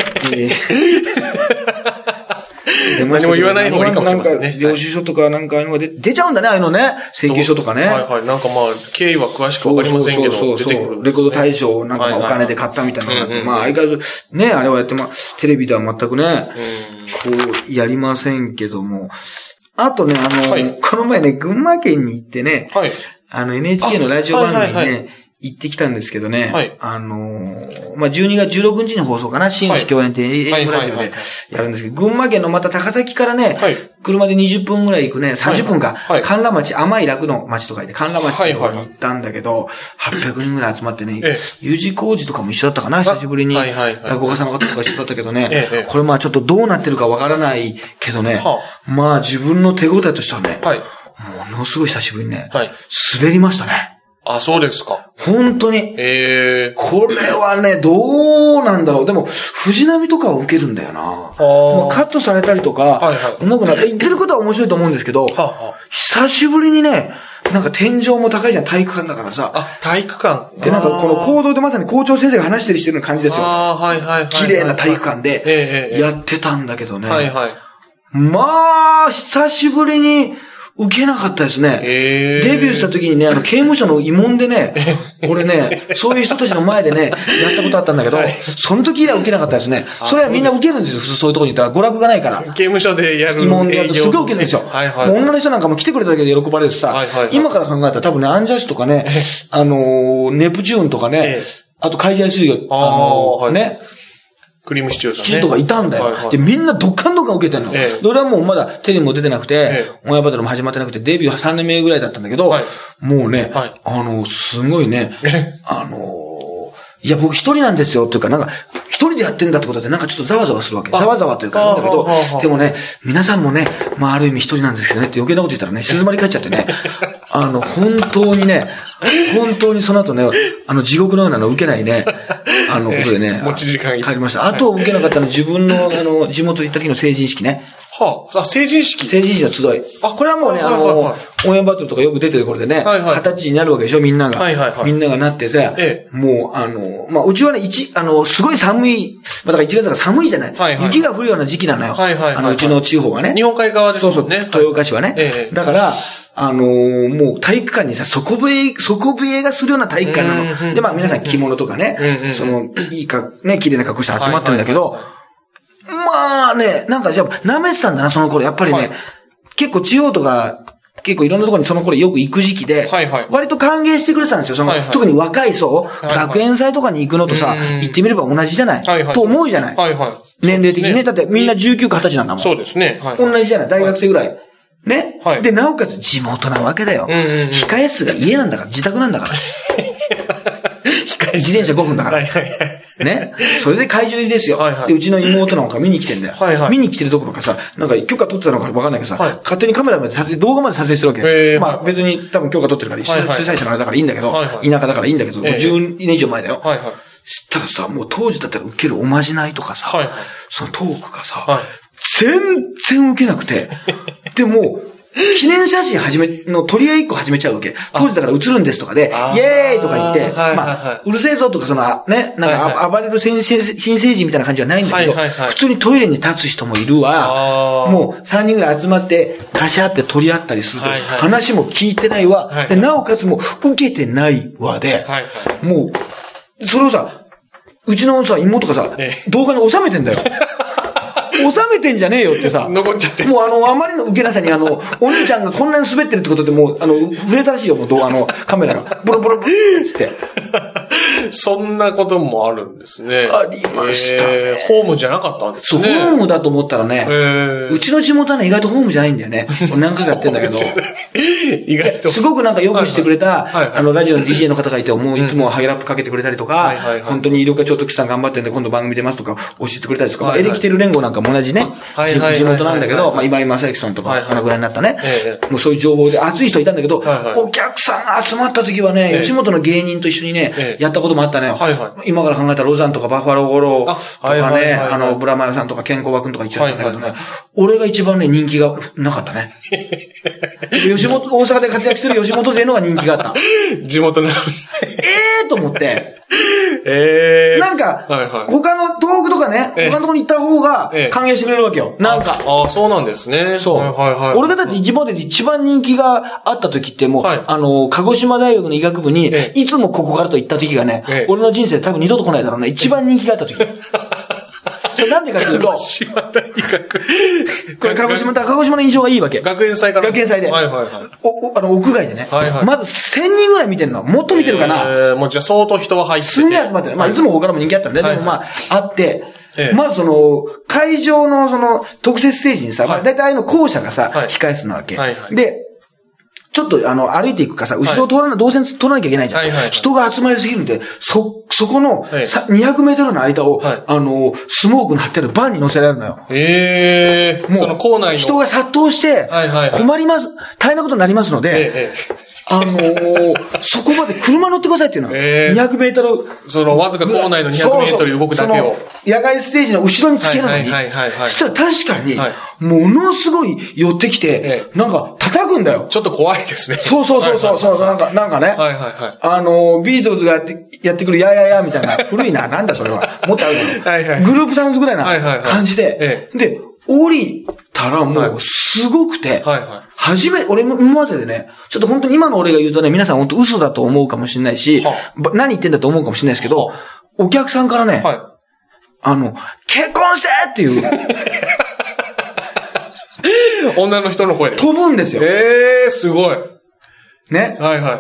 何も言わない方がいいかもしれませんね。 なんか、領収書とかなんかああいうのが出ちゃうんだね、ああいうのね。請求書とかね。 はい。なんかまあ、経緯は詳しくわかりませんけど、出てくる。 レコード大賞なんかお金で買ったみたいなのがあって、まあ相変わらず、ね、あれはやってテレビでは全くね、こう、やりませんけども。あとね、この前ね、群馬県に行ってね、NHK のラジオ番組にね、 行ってきたんですけどね。 はい。 12月16日に放送かな、新内共演って AM ラジオでやるんですけど、群馬県のまた高崎からね、はい、車で20分ぐらい行くね、30分か、はい、甘楽町、甘い楽の町とか言って、甘楽町の方に行ったんだけど、800人ぐらい集まってね、U 字工事とかも一緒だったかな、久しぶりに。落語家さんの方とか一緒だったけどね、これまあちょっとどうなってるかわからないけどね、まあ自分の手応えとしてはね、はい、ものすごい久しぶりにね、はい、滑りましたね。 あ、そうですか。 本当に。これはね、どうなんだろう。でも、藤波とかは受けるんだよな。カットされたりとか、はいはい、上手くなって、言ってることは面白いと思うんですけど、久しぶりにね、なんか天井も高いじゃん、体育館だからさ。 あ、体育館。 で、なんかこの行動でまさに校長先生が話したりしてるような感じですよ。 はいはいはい。 綺麗な体育館で、やってたんだけどね。はいはい。まあ、久しぶりに、受けなかったですね。デビューした時にね、刑務所の慰問でね、俺ね、そういう人たちの前でね、やったことあったんだけど、はい、その時以来受けなかったですね。それはみんな受けるんですよ、そういうところに行ったら。娯楽がないから。 刑務所でやる。 慰問でやるとすごい受けるんですよ。はいはい、もう女の人なんかも来てくれただけで喜ばれるしさ、はいはいはい、今から考えたら多分ね、アンジャッシュとかね、ネプチューンとかね、あと海外水魚、ね、 クリームシチューさんね。 シチューとかいたんだよ。はいはい、で、みんなドッカンドッカン受けてんの。俺はもうまだテレビも出てなくて、オンエアバトルも始まってなくて、デビュー3年目ぐらいだったんだけど、はい、もうね、はい、すごいね、いや、僕一人なんですよ、っていうか、なんか、一人でやってんだってことで、なんかちょっとざわざわするわけ。ざわざわというか、なんだけど、でもね、皆さんもね、まあ、ある意味一人なんですけどね、って余計なこと言ったらね、静まり返っちゃってね、本当にね、本当にその後ね、地獄のようなの受けないね、ことでね、 持ち時間帰りました。あと受けなかったのは自分の、地元行った時の成人式ね。 はあ、成人式の集い。これはもうね、オンエアバトルとかよく出てる頃でね、20歳になるわけでしょ、みんなが。みんながなってさ、もう、まあ、うちはね、すごい寒い、まあ、だから1月が寒いじゃない。雪が降るような時期なのよ。うちの地方はね。 日本海側ですね。 そうそう、豊岡市はね。だから、もう体育館にさ、底笛がするような体育館なの。で、まあ皆さん着物とかね、綺麗な格好して集まってるんだけど、まあね、なんかじゃあ、舐めてたんだな、その頃。やっぱりね、結構地方とか、結構いろんなところにその頃よく行く時期で、割と歓迎してくれてたんですよ。特に若い層、学園祭とかに行くのとさ、行ってみれば同じじゃない、と思うじゃない、年齢的にね。だってみんな19か20歳なんだもん。 そうですね。 同じじゃない、大学生ぐらい。ね、で、なおかつ地元なわけだよ。控え室が家なんだから、自宅なんだから。自転車5分だから。ね。それで会場入りですよ。で、うちの妹なんか見に来てんだよ。見に来てるどころかさ、なんか許可取ってたのかわかんないけどさ、勝手にカメラまで動画まで撮影してるわけ。まあ別に多分許可取ってるから、主催者のあれだからいいんだけど、田舎だからいいんだけど、10年以上前だよ。したらさ、もう当時だったら受けるおまじないとかさ、そのトークがさ、全然受けなくて、でも、記念写真取り合い1個始めちゃうわけ。当時だから映るんですとかで、イエーイとか言って、まあ、うるせえぞとかね、なんか暴れる新成人みたいな感じはないんだけど、普通にトイレに立つ人もいるわ、もう3人ぐらい集まって、カシャって取り合ったりすると、話も聞いてないわ、で、なおかつもう受けてないわで、もう、それをさ、うちのさ、妹がさ、動画に収めてんだよ。収めてんじゃねえよってさ。 残っちゃって。 もうあまりの受けなさにお兄ちゃんがこんなに滑ってるってことでもう、震えたらしいよ、もう動画のカメラが。ブルブルブルって。 そんなこともあるんですね。 ありましたね。 ホームじゃなかったんですね。 そう、ホームだと思ったらね、うちの地元はね、意外とホームじゃないんだよね。何回かやってんだけど。 意外と。 すごくなんかよくしてくれた、ラジオの DJ の方がいて、もういつもハゲラップかけてくれたりとか、本当に医療課長時さん頑張ってんで今度番組出ますとか教えてくれたりとか、エレキテル連合なんかも同じね、地元なんだけど、今井正幸さんとか、このぐらいになったね。もうそういう情報で熱い人いたんだけど、お客さんが集まった時はね、吉本の芸人と一緒にね、やったこともあったね。今から考えたらロザンとかバファローゴローとかね、ブラマヨさんとかケンコバ君とか言っちゃったんだけどね、俺が一番ね、人気がなかったね。大阪で活躍してる吉本勢のが人気があった。 地元なのに。 と思って。なんか、他の東北とかね、他のところに行った方が歓迎してくれるわけよ。なんか。 あ、そうなんですね。 そう。俺がだって地元で一番人気があった時ってもう、鹿児島大学の医学部に、いつもここからと行った時がね、俺の人生多分二度と来ないだろうね。一番人気があった時。 なんでかっていうと、 鹿児島大学。 これ鹿児島の印象がいいわけ。 学園祭から。 学園祭で。 はいはいはい。 屋外でね。 はいはい。 まず1000人ぐらい見てるの。もっと見てるかな。 もうじゃあ相当人は入ってて。 すんげえ集まってる。まあいつも他からも人気あったんで、でもまあ、あって、まず会場の特設ステージにさ、だいたいああいうの校舎がさ、控え室なわけ。で、ちょっと歩いていくかさ、後ろを通らない、動線通らなきゃいけないじゃん。人が集まりすぎるんで、そこの200メートルの間を、スモークの張ってあるバンに乗せられるのよ。 もう、その校内の人が殺到して、困ります、大変なことになりますので、そこまで車乗ってくださいっていうの。200メートル。 わずか校内の200メートル動くだけを。 野外ステージの後ろにつけるのに。そしたら確かに、ものすごい寄ってきて、なんか叩くんだよ。 ちょっと怖いですね。 そう、なんかね。ビートルズがやってくるやみたいな。古いな、なんだそれは。もっとあるの。グループサウンズぐらいな感じで。で、降りたらもうすごくて、俺も今まででね、ちょっと本当に今の俺が言うとね、皆さん本当嘘だと思うかもしれないし、何言ってんだと思うかもしれないですけど、お客さんからね、結婚してっていう。 女の人の声で。 飛ぶんですよ。 すごい。 ね。 はいはい。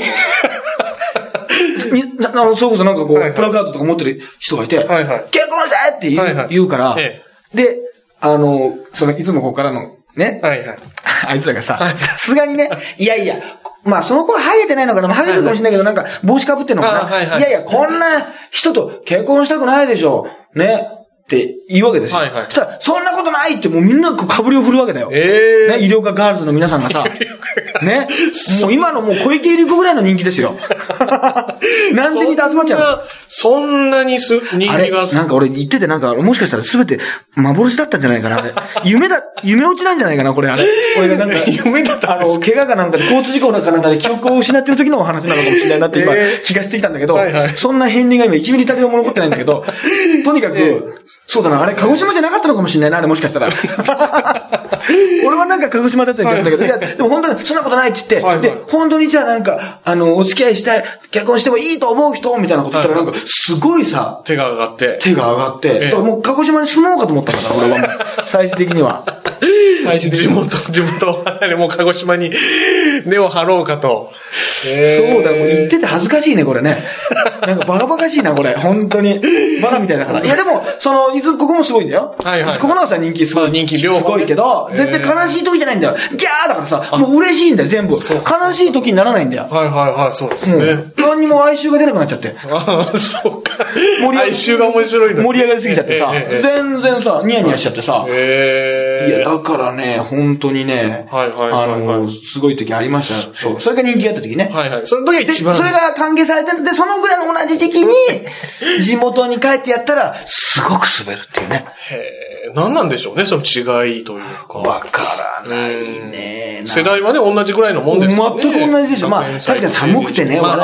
それこそなんかこう、プラカードとか持ってる人がいて、結婚してって言うから、で、いつもここからの、ね。あいつらがさ、さすがにね、いや、まあその頃ハゲてないのかな、ハゲてるかもしれないけど、なんか帽子かぶってんのかな。いや、こんな人と結婚したくないでしょ。ね。って言うわけですよ。そしたら、そんなことないってもうみんなこう被りを振るわけだよ。ね、医療科ガールズの皆さんがさ、ね、もう今のもう小池百合子ぐらいの人気ですよ。何千人で集まっちゃう。 そんなに人気が。 あれ、なんか俺言っててなんか、もしかしたら全て幻だったんじゃないかな、あれ。夢落ちなんじゃないかな、これ、あれ。俺がなんか、 夢だったんですか？ 怪我かなんかで、交通事故かなんかで記憶を失ってる時のお話なのかもしれないなって今、気がしてきたんだけど、そんな片鱗が今1ミリだけでも残ってないんだけど、とにかく、そうだな、あれ、鹿児島じゃなかったのかもしれないな、あれもしかしたら。俺はなんか鹿児島だった気がするんだけど、いや、でも本当にそんなことないって言って、で、本当にじゃあなんか、お付き合いしたい、結婚してもいいと思う人、みたいなこと言ったらなんか、すごいさ、 手が上がって。 だからもう鹿児島に住もうかと思ったから、俺はもう、最終的には。 地元を離れ、もう鹿児島に根を張ろうかと。 そうだ、もう言ってて恥ずかしいね、これね。なんかバカバカしいな、これ。本当に。バカみたいだから。いや、でも、ここもすごいんだよ。ここのさ、人気すごい。 人気両方。 すごいけど、絶対悲しい時じゃないんだよ。ギャーだからさ、もう嬉しいんだよ、全部。悲しい時にならないんだよ。 そうですね。 何にも哀愁が出なくなっちゃって。 そうか。哀愁が面白いの。 盛り上がりすぎちゃってさ、全然さ、ニヤニヤしちゃってさ。いや、だからね、本当にね、すごい時ありましたよ。そう。それが人気あった時ね。 その時が一番。 それが歓迎されてるんで、そのぐらいの同じ時期に、地元に帰ってやったら、すごく滑るっていうね。 何なんでしょうね、その違いというか。 わからないね。 世代はね、同じぐらいのもんですよね。 全く同じですよ。まあ、確かに寒くてね、だから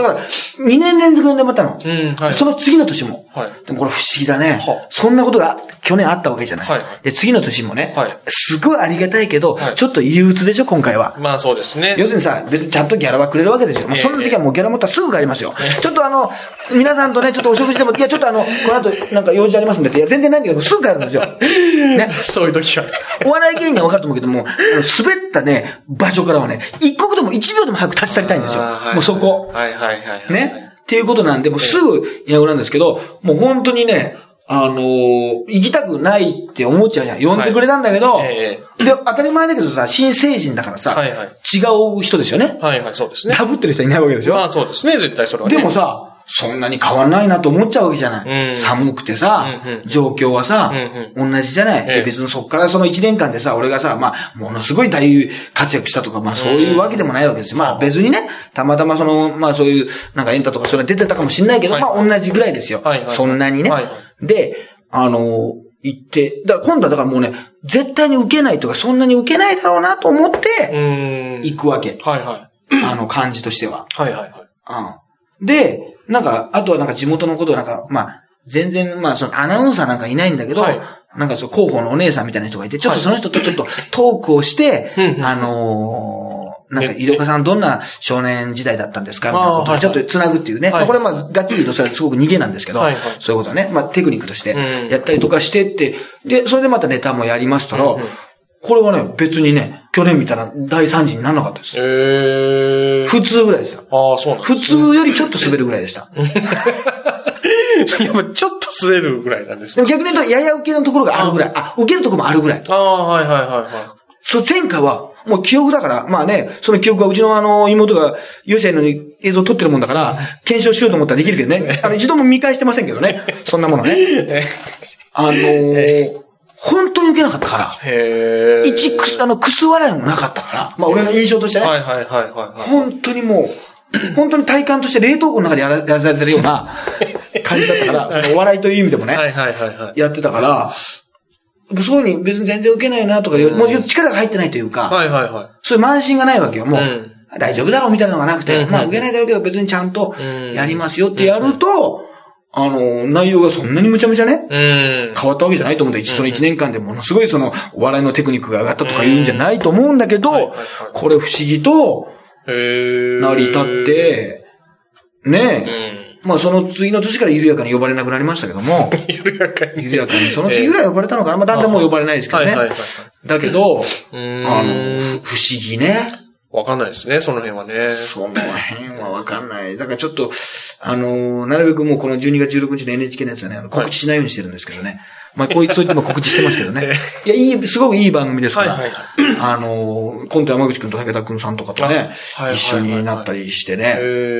、2年連続でまたの。その次の年も。でもこれ不思議だね。そんなことが去年あったわけじゃない。で、次の年もね、すごいありがたいけど、ちょっと憂鬱でしょ、今回は。 まあそうですね。 要するにさ、別にちゃんとギャラはくれるわけですよ。そんな時はもうギャラ持ったらすぐ帰りますよ。ちょっと皆さんとね、ちょっとお食事でも、いや、ちょっとこの後なんか用事ありますんでって、いや、全然ないけど、すぐ帰るんですよ。ね。 そういう時は。 お笑い芸人は分かると思うけども、滑ったね、場所からはね、一刻でも1秒でも早く立ち去りたいんですよ。もうそこ。ね。っていうことなんで、もうすぐいなくなるんですけど、もう本当にね、行きたくないって思っちゃうじゃん。呼んでくれたんだけど、で、当たり前だけどさ、新成人だからさ、違う人ですよね。 そうですね。 被ってる人いないわけでしょ。 まあそうですね、絶対それはね。 でもさ、そんなに変わんないなと思っちゃうわけじゃない。寒くてさ、状況はさ、同じじゃない。で、別にそっからその1年間でさ、俺がさ、まあ、ものすごい大活躍したとか、まあそういうわけでもないわけですよ。まあ別にね、たまたままあそういう、なんかエンタとかそれ出てたかもしれないけど、まあ同じぐらいですよ。そんなにね。で、行って、だから今度はだからもうね、絶対に受けないとか、そんなに受けないだろうなと思って、行くわけ。感じとしては。で、なんか、あとはなんか地元のことなんか、まあ、全然、まあ、アナウンサーなんかいないんだけど、なんか広報のお姉さんみたいな人がいて、ちょっとその人とちょっとトークをして、 なんか、医療家さんどんな少年時代だったんですかみたいなことをちょっと繋ぐっていうね。まあこれはまあ、がっつり言うとそれはすごく逃げなんですけど、そういうことはね、まあテクニックとしてやったりとかしてって、で、それでまたネタもやりましたら、これはね、別にね、去年みたいな大惨事にならなかったです。普通ぐらいでした。 ああ、そうなんですね。 普通よりちょっと滑るぐらいでした。 やっぱちょっと滑るぐらいなんですね。 でも逆に言うと、やや受けのところがあるぐらい。受けるところもあるぐらい。 ああ、はいはいはいはい。 そう、前回は、もう記憶だから、まあね、その記憶はうちの妹が、ヨシアの映像を撮ってるもんだから、検証しようと思ったらできるけどね。一度も見返してませんけどね。そんなものね。本当に受けなかったから。くす笑いもなかったから。まあ俺の印象としてね。 はいはいはいはい。 本当にもう、本当に体感として冷凍庫の中でやらされてるような感じだったから、お笑いという意味でもね。 はいはいはいはい。 やってたから、そういうふうに別に全然受けないなとか、もう力が入ってないというか、 はいはいはい。 そういう慢心がないわけよ。もう、大丈夫だろうみたいなのがなくて、まあ受けないだろうけど別にちゃんとやりますよってやると、内容がそんなにむちゃむちゃね、変わったわけじゃないと思うんだ。その1年間でものすごいお笑いのテクニックが上がったとか言うんじゃないと思うんだけど、これ不思議と、成り立って、ねえ、まあその次の年から緩やかに呼ばれなくなりましたけども、緩やかに、その次ぐらい呼ばれたのかな。まあだんだんもう呼ばれないですけどね。だけど、不思議ね。 わかんないですね、その辺はね。 その辺はわかんない。だからちょっと、なるべくもうこの12月16日の NHK のやつはね、告知しないようにしてるんですけどね。まあそう言っても告知してますけどね。いや、すごくいい番組ですから。コント山口くんと武田くんさんとかとね、一緒になったりしてね。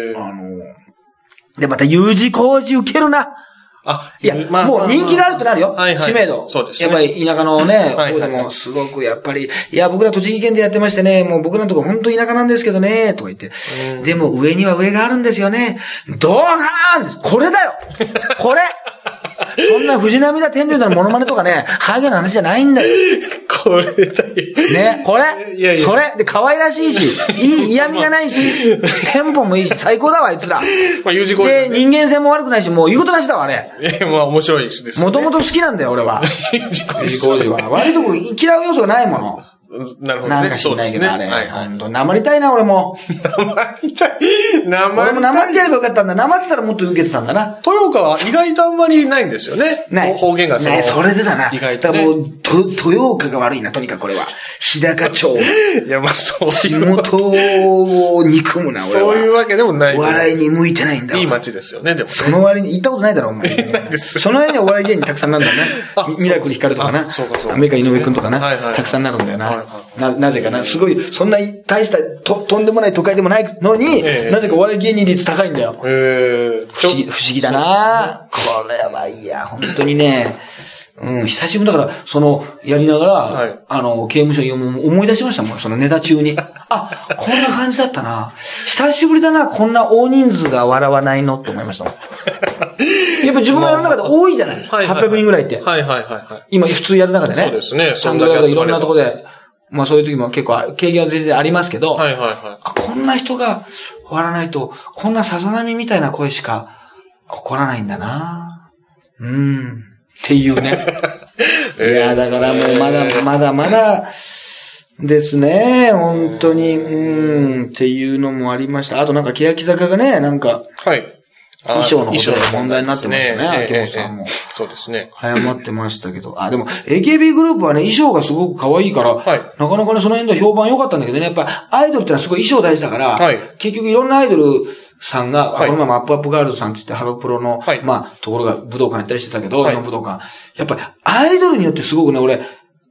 で、また U 字工事受けるな。いや、もう人気があるってなるよ。知名度。 そうですね。 やっぱり田舎のね、方でもすごくやっぱり、いや、僕ら栃木県でやってましてね、もう僕らのとこ本当田舎なんですけどね、とか言って。でも上には上があるんですよね。ドカーンこれだよこれそんな藤波田天井のモノマネとかね、ハゲの話じゃないんだよ。 これだよ。 ね、これそれで可愛らしいし、嫌味がないし、テンポもいいし、最高だわ、あいつら。で、人間性も悪くないし、もう言うことなしだわ、あれ。 まあ面白いですね。 もともと好きなんだよ、俺は。U 字工事は。悪いとこ嫌う要素がないもの。 なるほどね。 なんか知んないけど、あれ。ほんと、なまりたいな、俺も。 なまりたい。 俺もなまってやればよかったんだ。なまってたらもっと受けてたんだな。 豊岡は意外とあんまりないんですよね。 ない。 方言がない、それでだな。 意外とね。 もう、豊岡が悪いな、とにかくこれは。日高町。 いや、まあそういう。 地元を憎むな、俺は。 そういうわけでもない。 笑いに向いてないんだ。 いい街ですよね、でも。 その割に、行ったことないだろ、お前。 ないです。 その割にお笑い芸人たくさんなんだね。ミラクル光るとかな。 そうか、そうか。 メカ井上くんとかな。たくさんなるんだよな。なぜかな。すごい、そんな大した、とんでもない都会でもないのに、なぜかお笑い芸人率高いんだよ。不思議だな。これはいや、本当にね。久しぶりだから、やりながら、刑務所思い出しましたもん、そのネタ中に。こんな感じだったな。久しぶりだな、こんな大人数が笑わないのって思いましたもん。やっぱ自分がやる中で多いじゃない ?800 人ぐらいって。今普通やる中でね。 そうですね。 サンドラとかいろんなとこで。まあそういう時も結構経験は全然ありますけど。こんな人が笑わないと、こんなさざ波みたいな声しか起こらないんだな。っていうね。いや、だからもうまだですね。本当に、っていうのもありました。あとなんか、欅坂がね、なんか、衣装のことで問題になってましたね、秋元さんも。 そうですね。 早まってましたけど。でも、AKB グループはね、衣装がすごく可愛いから、なかなかね、その辺では評判良かったんだけどね、やっぱアイドルってのはすごい衣装大事だから、結局いろんなアイドルさんが、このままアップアップガールズさんって言ってハロプロの、ところが武道館やったりしてたけど、日本武道館。やっぱりアイドルによってすごくね、俺、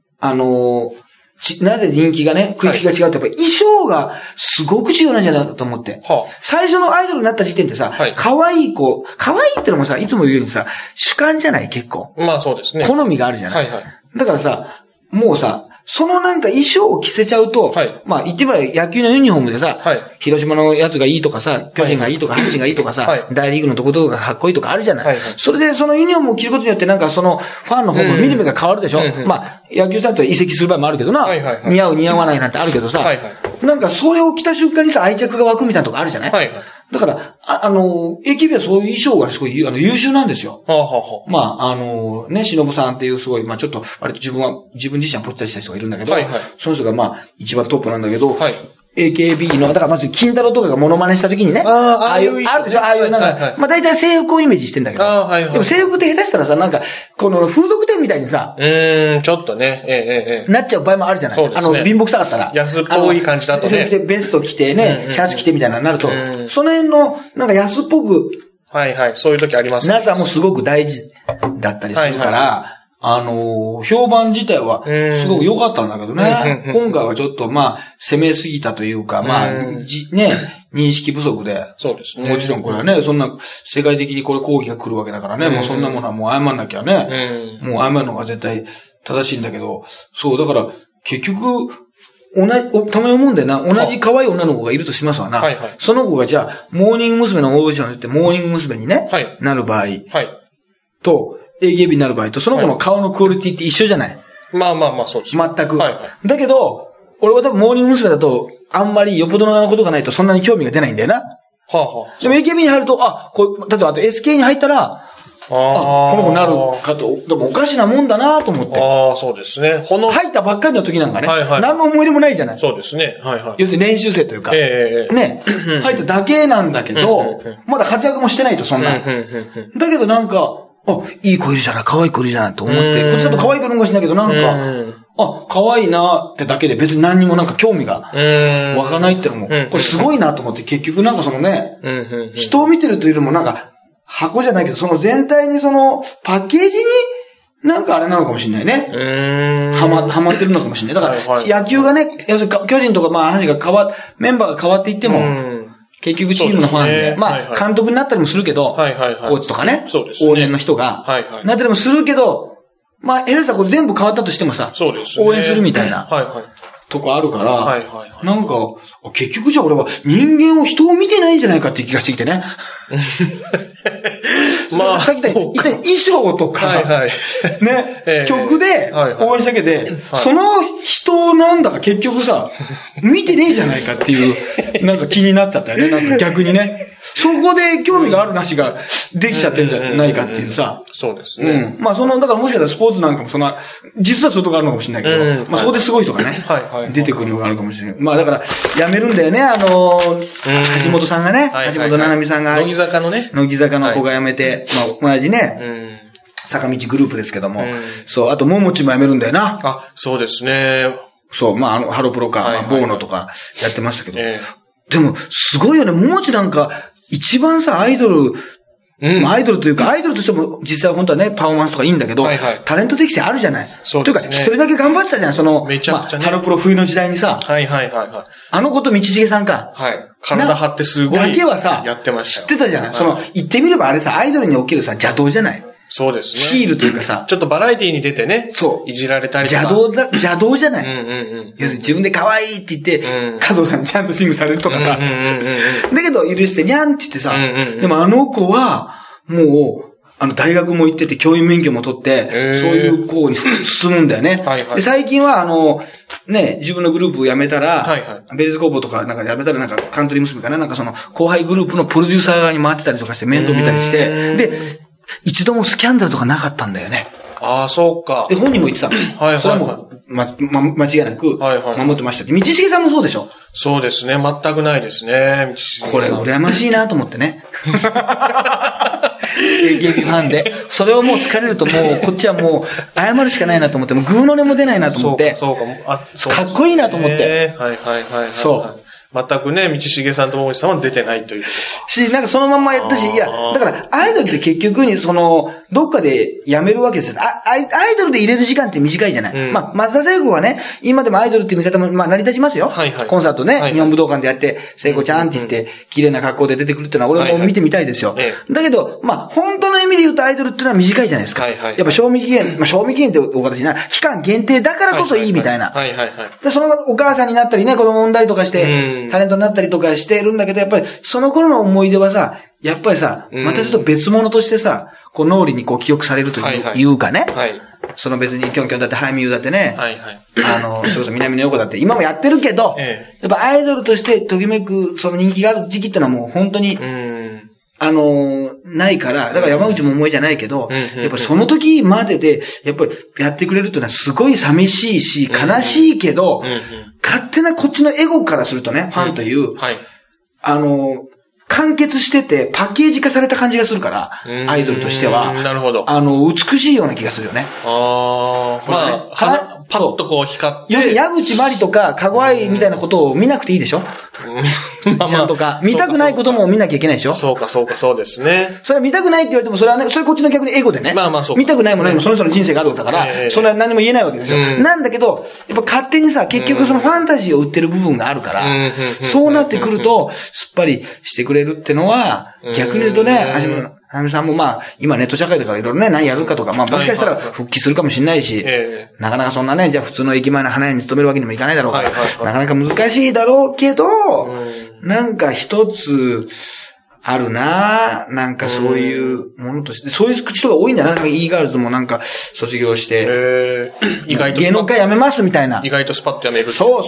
なぜ人気がね、食いつきが違うって、やっぱり衣装がすごく違うんじゃないかと思って。最初のアイドルになった時点ってさ、可愛い子、可愛いってのもさ、いつも言うようにさ、主観じゃない結構。 まあそうですね。 好みがあるじゃない。だからさ、もうさ、そのなんか衣装を着せちゃうと、まあ言ってみれば野球のユニフォームでさ、広島のやつがいいとかさ、巨人がいいとか、阪神がいいとかさ、大リーグのところがかっこいいとかあるじゃない。それでそのユニフォームを着ることによってなんかそのファンの方も見る目が変わるでしょ。まあ野球さんと移籍する場合もあるけどな、似合う似合わないなんてあるけどさ、なんかそれを着た瞬間にさ愛着が湧くみたいなとこあるじゃない。だから、AKB はそういう衣装がすごい優秀なんですよ。まあ、ね、忍さんっていうすごい、まあちょっと、割と自分自身はぽっちゃりした人がいるんだけど、その人がまあ、一番トップなんだけど、 AKB の、だからまず、金太郎とかがモノマネした時にね。あるでしょ、ああいうなんか、まあ大体制服をイメージしてんだけど。でも制服って下手したらさ、なんか、この風俗店みたいにさ、 ちょっとね、 なっちゃう場合もあるじゃない。そうですね。貧乏臭かったら。 安っぽい感じだとね。 ベスト着てね、シャツ着てみたいなのになると、その辺の、なんか安っぽく、 そういう時ありますね。 なさもすごく大事だったりするから、評判自体はすごく良かったんだけどね。今回はちょっとまあ、攻めすぎたというか、まあ、ね、認識不足で。 そうですね。 もちろんこれはね、そんな世界的にこれ抗議が来るわけだからね、もうそんなものはもう謝んなきゃね。もう謝るのが絶対正しいんだけど、そう、だから結局、たまに思うんだよな。同じ可愛い女の子がいるとしますわな。その子がじゃあ、モーニング娘。のオーディションに行って、モーニング娘。にね、なる場合。と、AKB になる場合と、その子の顔のクオリティって一緒じゃない。 まあ、そうです。 全く。だけど、俺は多分モーニング娘。だと、あんまりよっぽどのことがないとそんなに興味が出ないんだよな。でも AKB に入ると、例えばあと SK に入ったら、この子になるかと、でもおかしなもんだなと思って。 そうですね。 入ったばっかりの時なんかね、何の思い入れもないじゃない。 そうですね。 要するに練習生というか、ね、入っただけなんだけど、まだ活躍もしてないと、そんな。だけどなんか、いい子いるじゃない、可愛い子いるじゃないと思って、こっちだと可愛い子の方がしないけど、なんか、可愛いなってだけで別に何にもなんか興味が湧かないってのも、これすごいなと思って、結局なんかそのね、人を見てるというよりもなんか、箱じゃないけど、その全体にその、パッケージに、なんかあれなのかもしれないね。はまってるのかもしれない。だから、野球がね、要するに巨人とかまあ話がメンバーが変わっていっても、結局チームのファンで、まあ監督になったりもするけど、コーチとかね、応援の人が、なったりもするけど、まあ、下手したらこれ全部変わったとしてもさ、応援するみたいな、とこあるから、なんか、結局じゃあ俺は人間を人を見てないんじゃないかって気がしてきてね。まあ、さっき言った衣装とか、ね、曲で応援したけで、その人なんだか結局さ、見てねえじゃないかっていう、なんか気になっちゃったよね、なんか逆にね。そこで興味があるなしができちゃってんじゃないかっていうさ。 そうですね。 まあだからもしかしたらスポーツなんかも実はそういうとこあるのかもしれないけど、まあそこですごい人がね、出てくるのがあるかもしれない。まあだから、やめるんだよね、橋本さんがね、橋本七海さんが。 乃木坂のね。 乃木坂の子が辞めて、まあ同じね、坂道グループですけども、そう、あとももちも辞めるんだよな。 そうですね。 そう、まあハロプロか、ボーノとかやってましたけど。でも、すごいよね、ももちなんか、一番さ、アイドルというか、アイドルとしても実際は本当はね、パフォーマンスとかいいんだけど、タレント適性あるじゃない。そうですね。というか、一人だけ頑張ってたじゃん、 めちゃくちゃね。 ハロプロ冬の時代にさ。あの子と道重さんか。 体張ってすごい。 だけはさ、 やってました。 知ってたじゃない。言ってみればあれさ、アイドルにおけるさ、邪道じゃない。 そうですね。 ヒールというかさ。 ちょっとバラエティに出てね。 そう。 いじられたりとか。 邪道じゃない。要するに自分で可愛いって言って、加藤さんにちゃんとスイングされるとかさ。だけど許してにゃんって言ってさ。でもあの子は、もう、大学も行ってて教員免許も取って、そういう子に進むんだよね。で、最近はね、自分のグループを辞めたら、ベルズ工房とかなんか辞めたらなんかカントリー娘かななんかその後輩グループのプロデューサー側に回ってたりとかして面倒見たりして、で、一度もスキャンダルとかなかったんだよね。 そうか。 で、本人も言ってた。それはもう、間違いなく、守ってました。道重さんもそうでしょ？ そうですね。全くないですね。 これ、羨ましいなと思ってね。AKB ファンで。それをもう疲れるともう、こっちはもう、謝るしかないなと思って、もうグーの音も出ないなと思って。 そうか。 かっこいいなと思って。そう。 全くね、道重さんとももちさんは出てないという。 なんかそのまんまやったし、いや、だから、アイドルって結局に、どっかで辞めるわけですよ。アイドルで入れる時間って短いじゃない。まあ、松田聖子はね、今でもアイドルっていう見方も、まあ、成り立ちますよ。コンサートね、日本武道館でやって、聖子ちゃんって言って、綺麗な格好で出てくるっていうのは、俺も見てみたいですよ。だけど、まあ、本当の意味で言うとアイドルっていうのは短いじゃないですか。やっぱ賞味期限ってお形な、期間限定だからこそいいみたいな。で、そのお母さんになったりね、子供産んだりとかして、タレントになったりとかしてるんだけど、やっぱりその頃の思い出はさ、やっぱりさ、またちょっと別物としてさ、脳裏に記憶されるというかね。その別にキョンキョンだってハイミューだってね。それこそ南野陽子だって今もやってるけど、やっぱアイドルとしてときめくその人気がある時期ってのはもう本当に、 ないから、だから山口百恵じゃないけど、やっぱその時までで、やっぱりやってくれるっていうのはすごい寂しいし、悲しいけど、勝手なこっちのエゴからするとね、ファンという、完結しててパッケージ化された感じがするから、アイドルとしては。 なるほど。 美しいような気がするよね。 まあ、パッとこう光って。 要するに矢口まりとか、かごあいみたいなことを見なくていいでしょちゃんとか。見たくないことも見なきゃいけないでしょそうか、そうですね。 それは見たくないって言われても、それはね、それこっちの逆にエゴでね。そう。見たくないも何もその人の人生があるわけだから、それは何も言えないわけですよ。なんだけど、やっぱ勝手にさ、結局そのファンタジーを売ってる部分があるから、そうなってくると、すっぱりしてくれるってのは、逆に言うとね、はみさんも今ネット社会だからいろいろね、何やるかとか、もしかしたら復帰するかもしれないし、なかなかそんなね、じゃあ普通の駅前の花屋に勤めるわけにもいかないだろうから、なかなか難しいだろうけど、なんか一つ、あるなぁ。なんかそういうものとして、そういう人が多いんだな。なんか e ガールズもなんか卒業して、 意外と芸能界辞めますみたいな。 意外とスパッと辞める。 そう。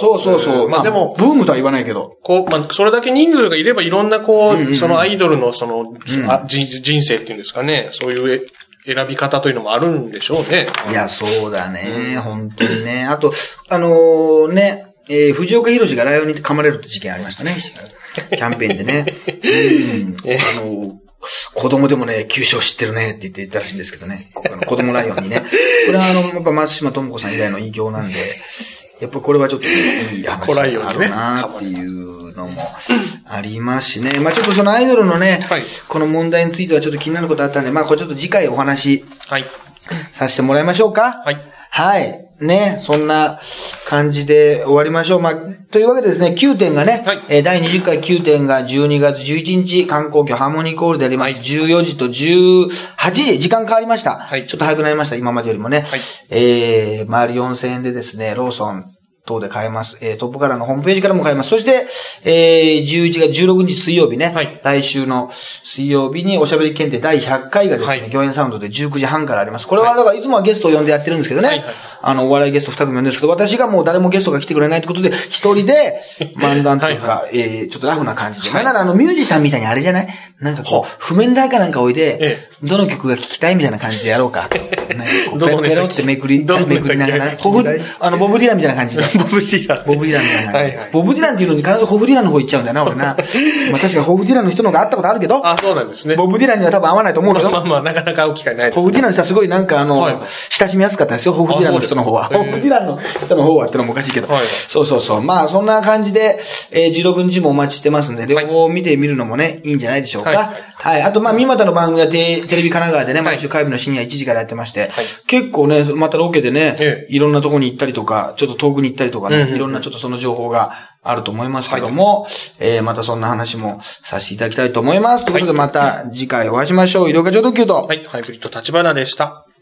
でも、ブームとは言わないけど。 それだけ人数がいればいろんなそのアイドルの人生っていうんですかね。そういう選び方というのもあるんでしょうね。 いや、そうだね。本当にね。あと、藤岡弘がライオンに噛まれるって事件ありましたね。キャンペーンでね。子供でもね、9章知ってるねって言ったらしいんですけどね。子供ライオンにね。これはやっぱ松島智子さん以来の偉業なんで、やっぱこれはちょっといい話があるなっていうのもありますしね。ちょっとそのアイドルのね、この問題についてはちょっと気になることあったんで、これちょっと次回お話させてもらいましょうか。はい。ね、そんな感じで終わりましょう。というわけでですね、9点がね、第20回9点が12月11日、観光局ハーモニーコールであります。14時と18時、時間変わりました。ちょっと早くなりました、今までよりもね。周り4000円でですね、ローソン等で買えます。トップカラーのホームページからも買えます。そして、11月16日水曜日ね、来週の水曜日におしゃべり検定第100回がですね、御苑サウンドで19時半からあります。これはだからいつもはゲストを呼んでやってるんですけどね、お笑いゲスト2組呼んでるんですけど、私がもう誰もゲストが来てくれないってことで、一人で漫談というか、ちょっとラフな感じで。なんならミュージシャンみたいにあれじゃないなんかこう、譜面台かなんか置いて、どの曲が聴きたいみたいな感じでやろうか。ペロってめくりながら、ボブ・ディランみたいな感じで。ボブ・ディランみたいな。ボブ・ディランっていうのに必ずホブ・ディランの方行っちゃうんだよな、俺な。確かホブ・ディランの人の方が会ったことあるけど。 そうなんですね。 ボブ・ディランには多分会わないと思うけど。 なかなか会う機会ないです。 ホブ・ディランの人はすごいなんか親しみやすかったですよ、ホブ・ディランの人の方は。ホブ・ディランの人の方はってのもおかしいけど。そう。そんな感じで、16日もお待ちしてますんで、両方見てみるのもね、いいんじゃないでしょうか。はい。あと、三股の番組はテレビ神奈川でね、毎週火曜日の深夜1時からやってまして、結構ね、またロケでね、いろんなとこに行ったりとか、ちょっと遠くに行ったりとかね、いろんなちょっとその情報があると思いますけども、またそんな話もさせていただきたいと思います。ということでまた次回お会いしましょう。医療課長特急と。 ハイブリッド立花でした。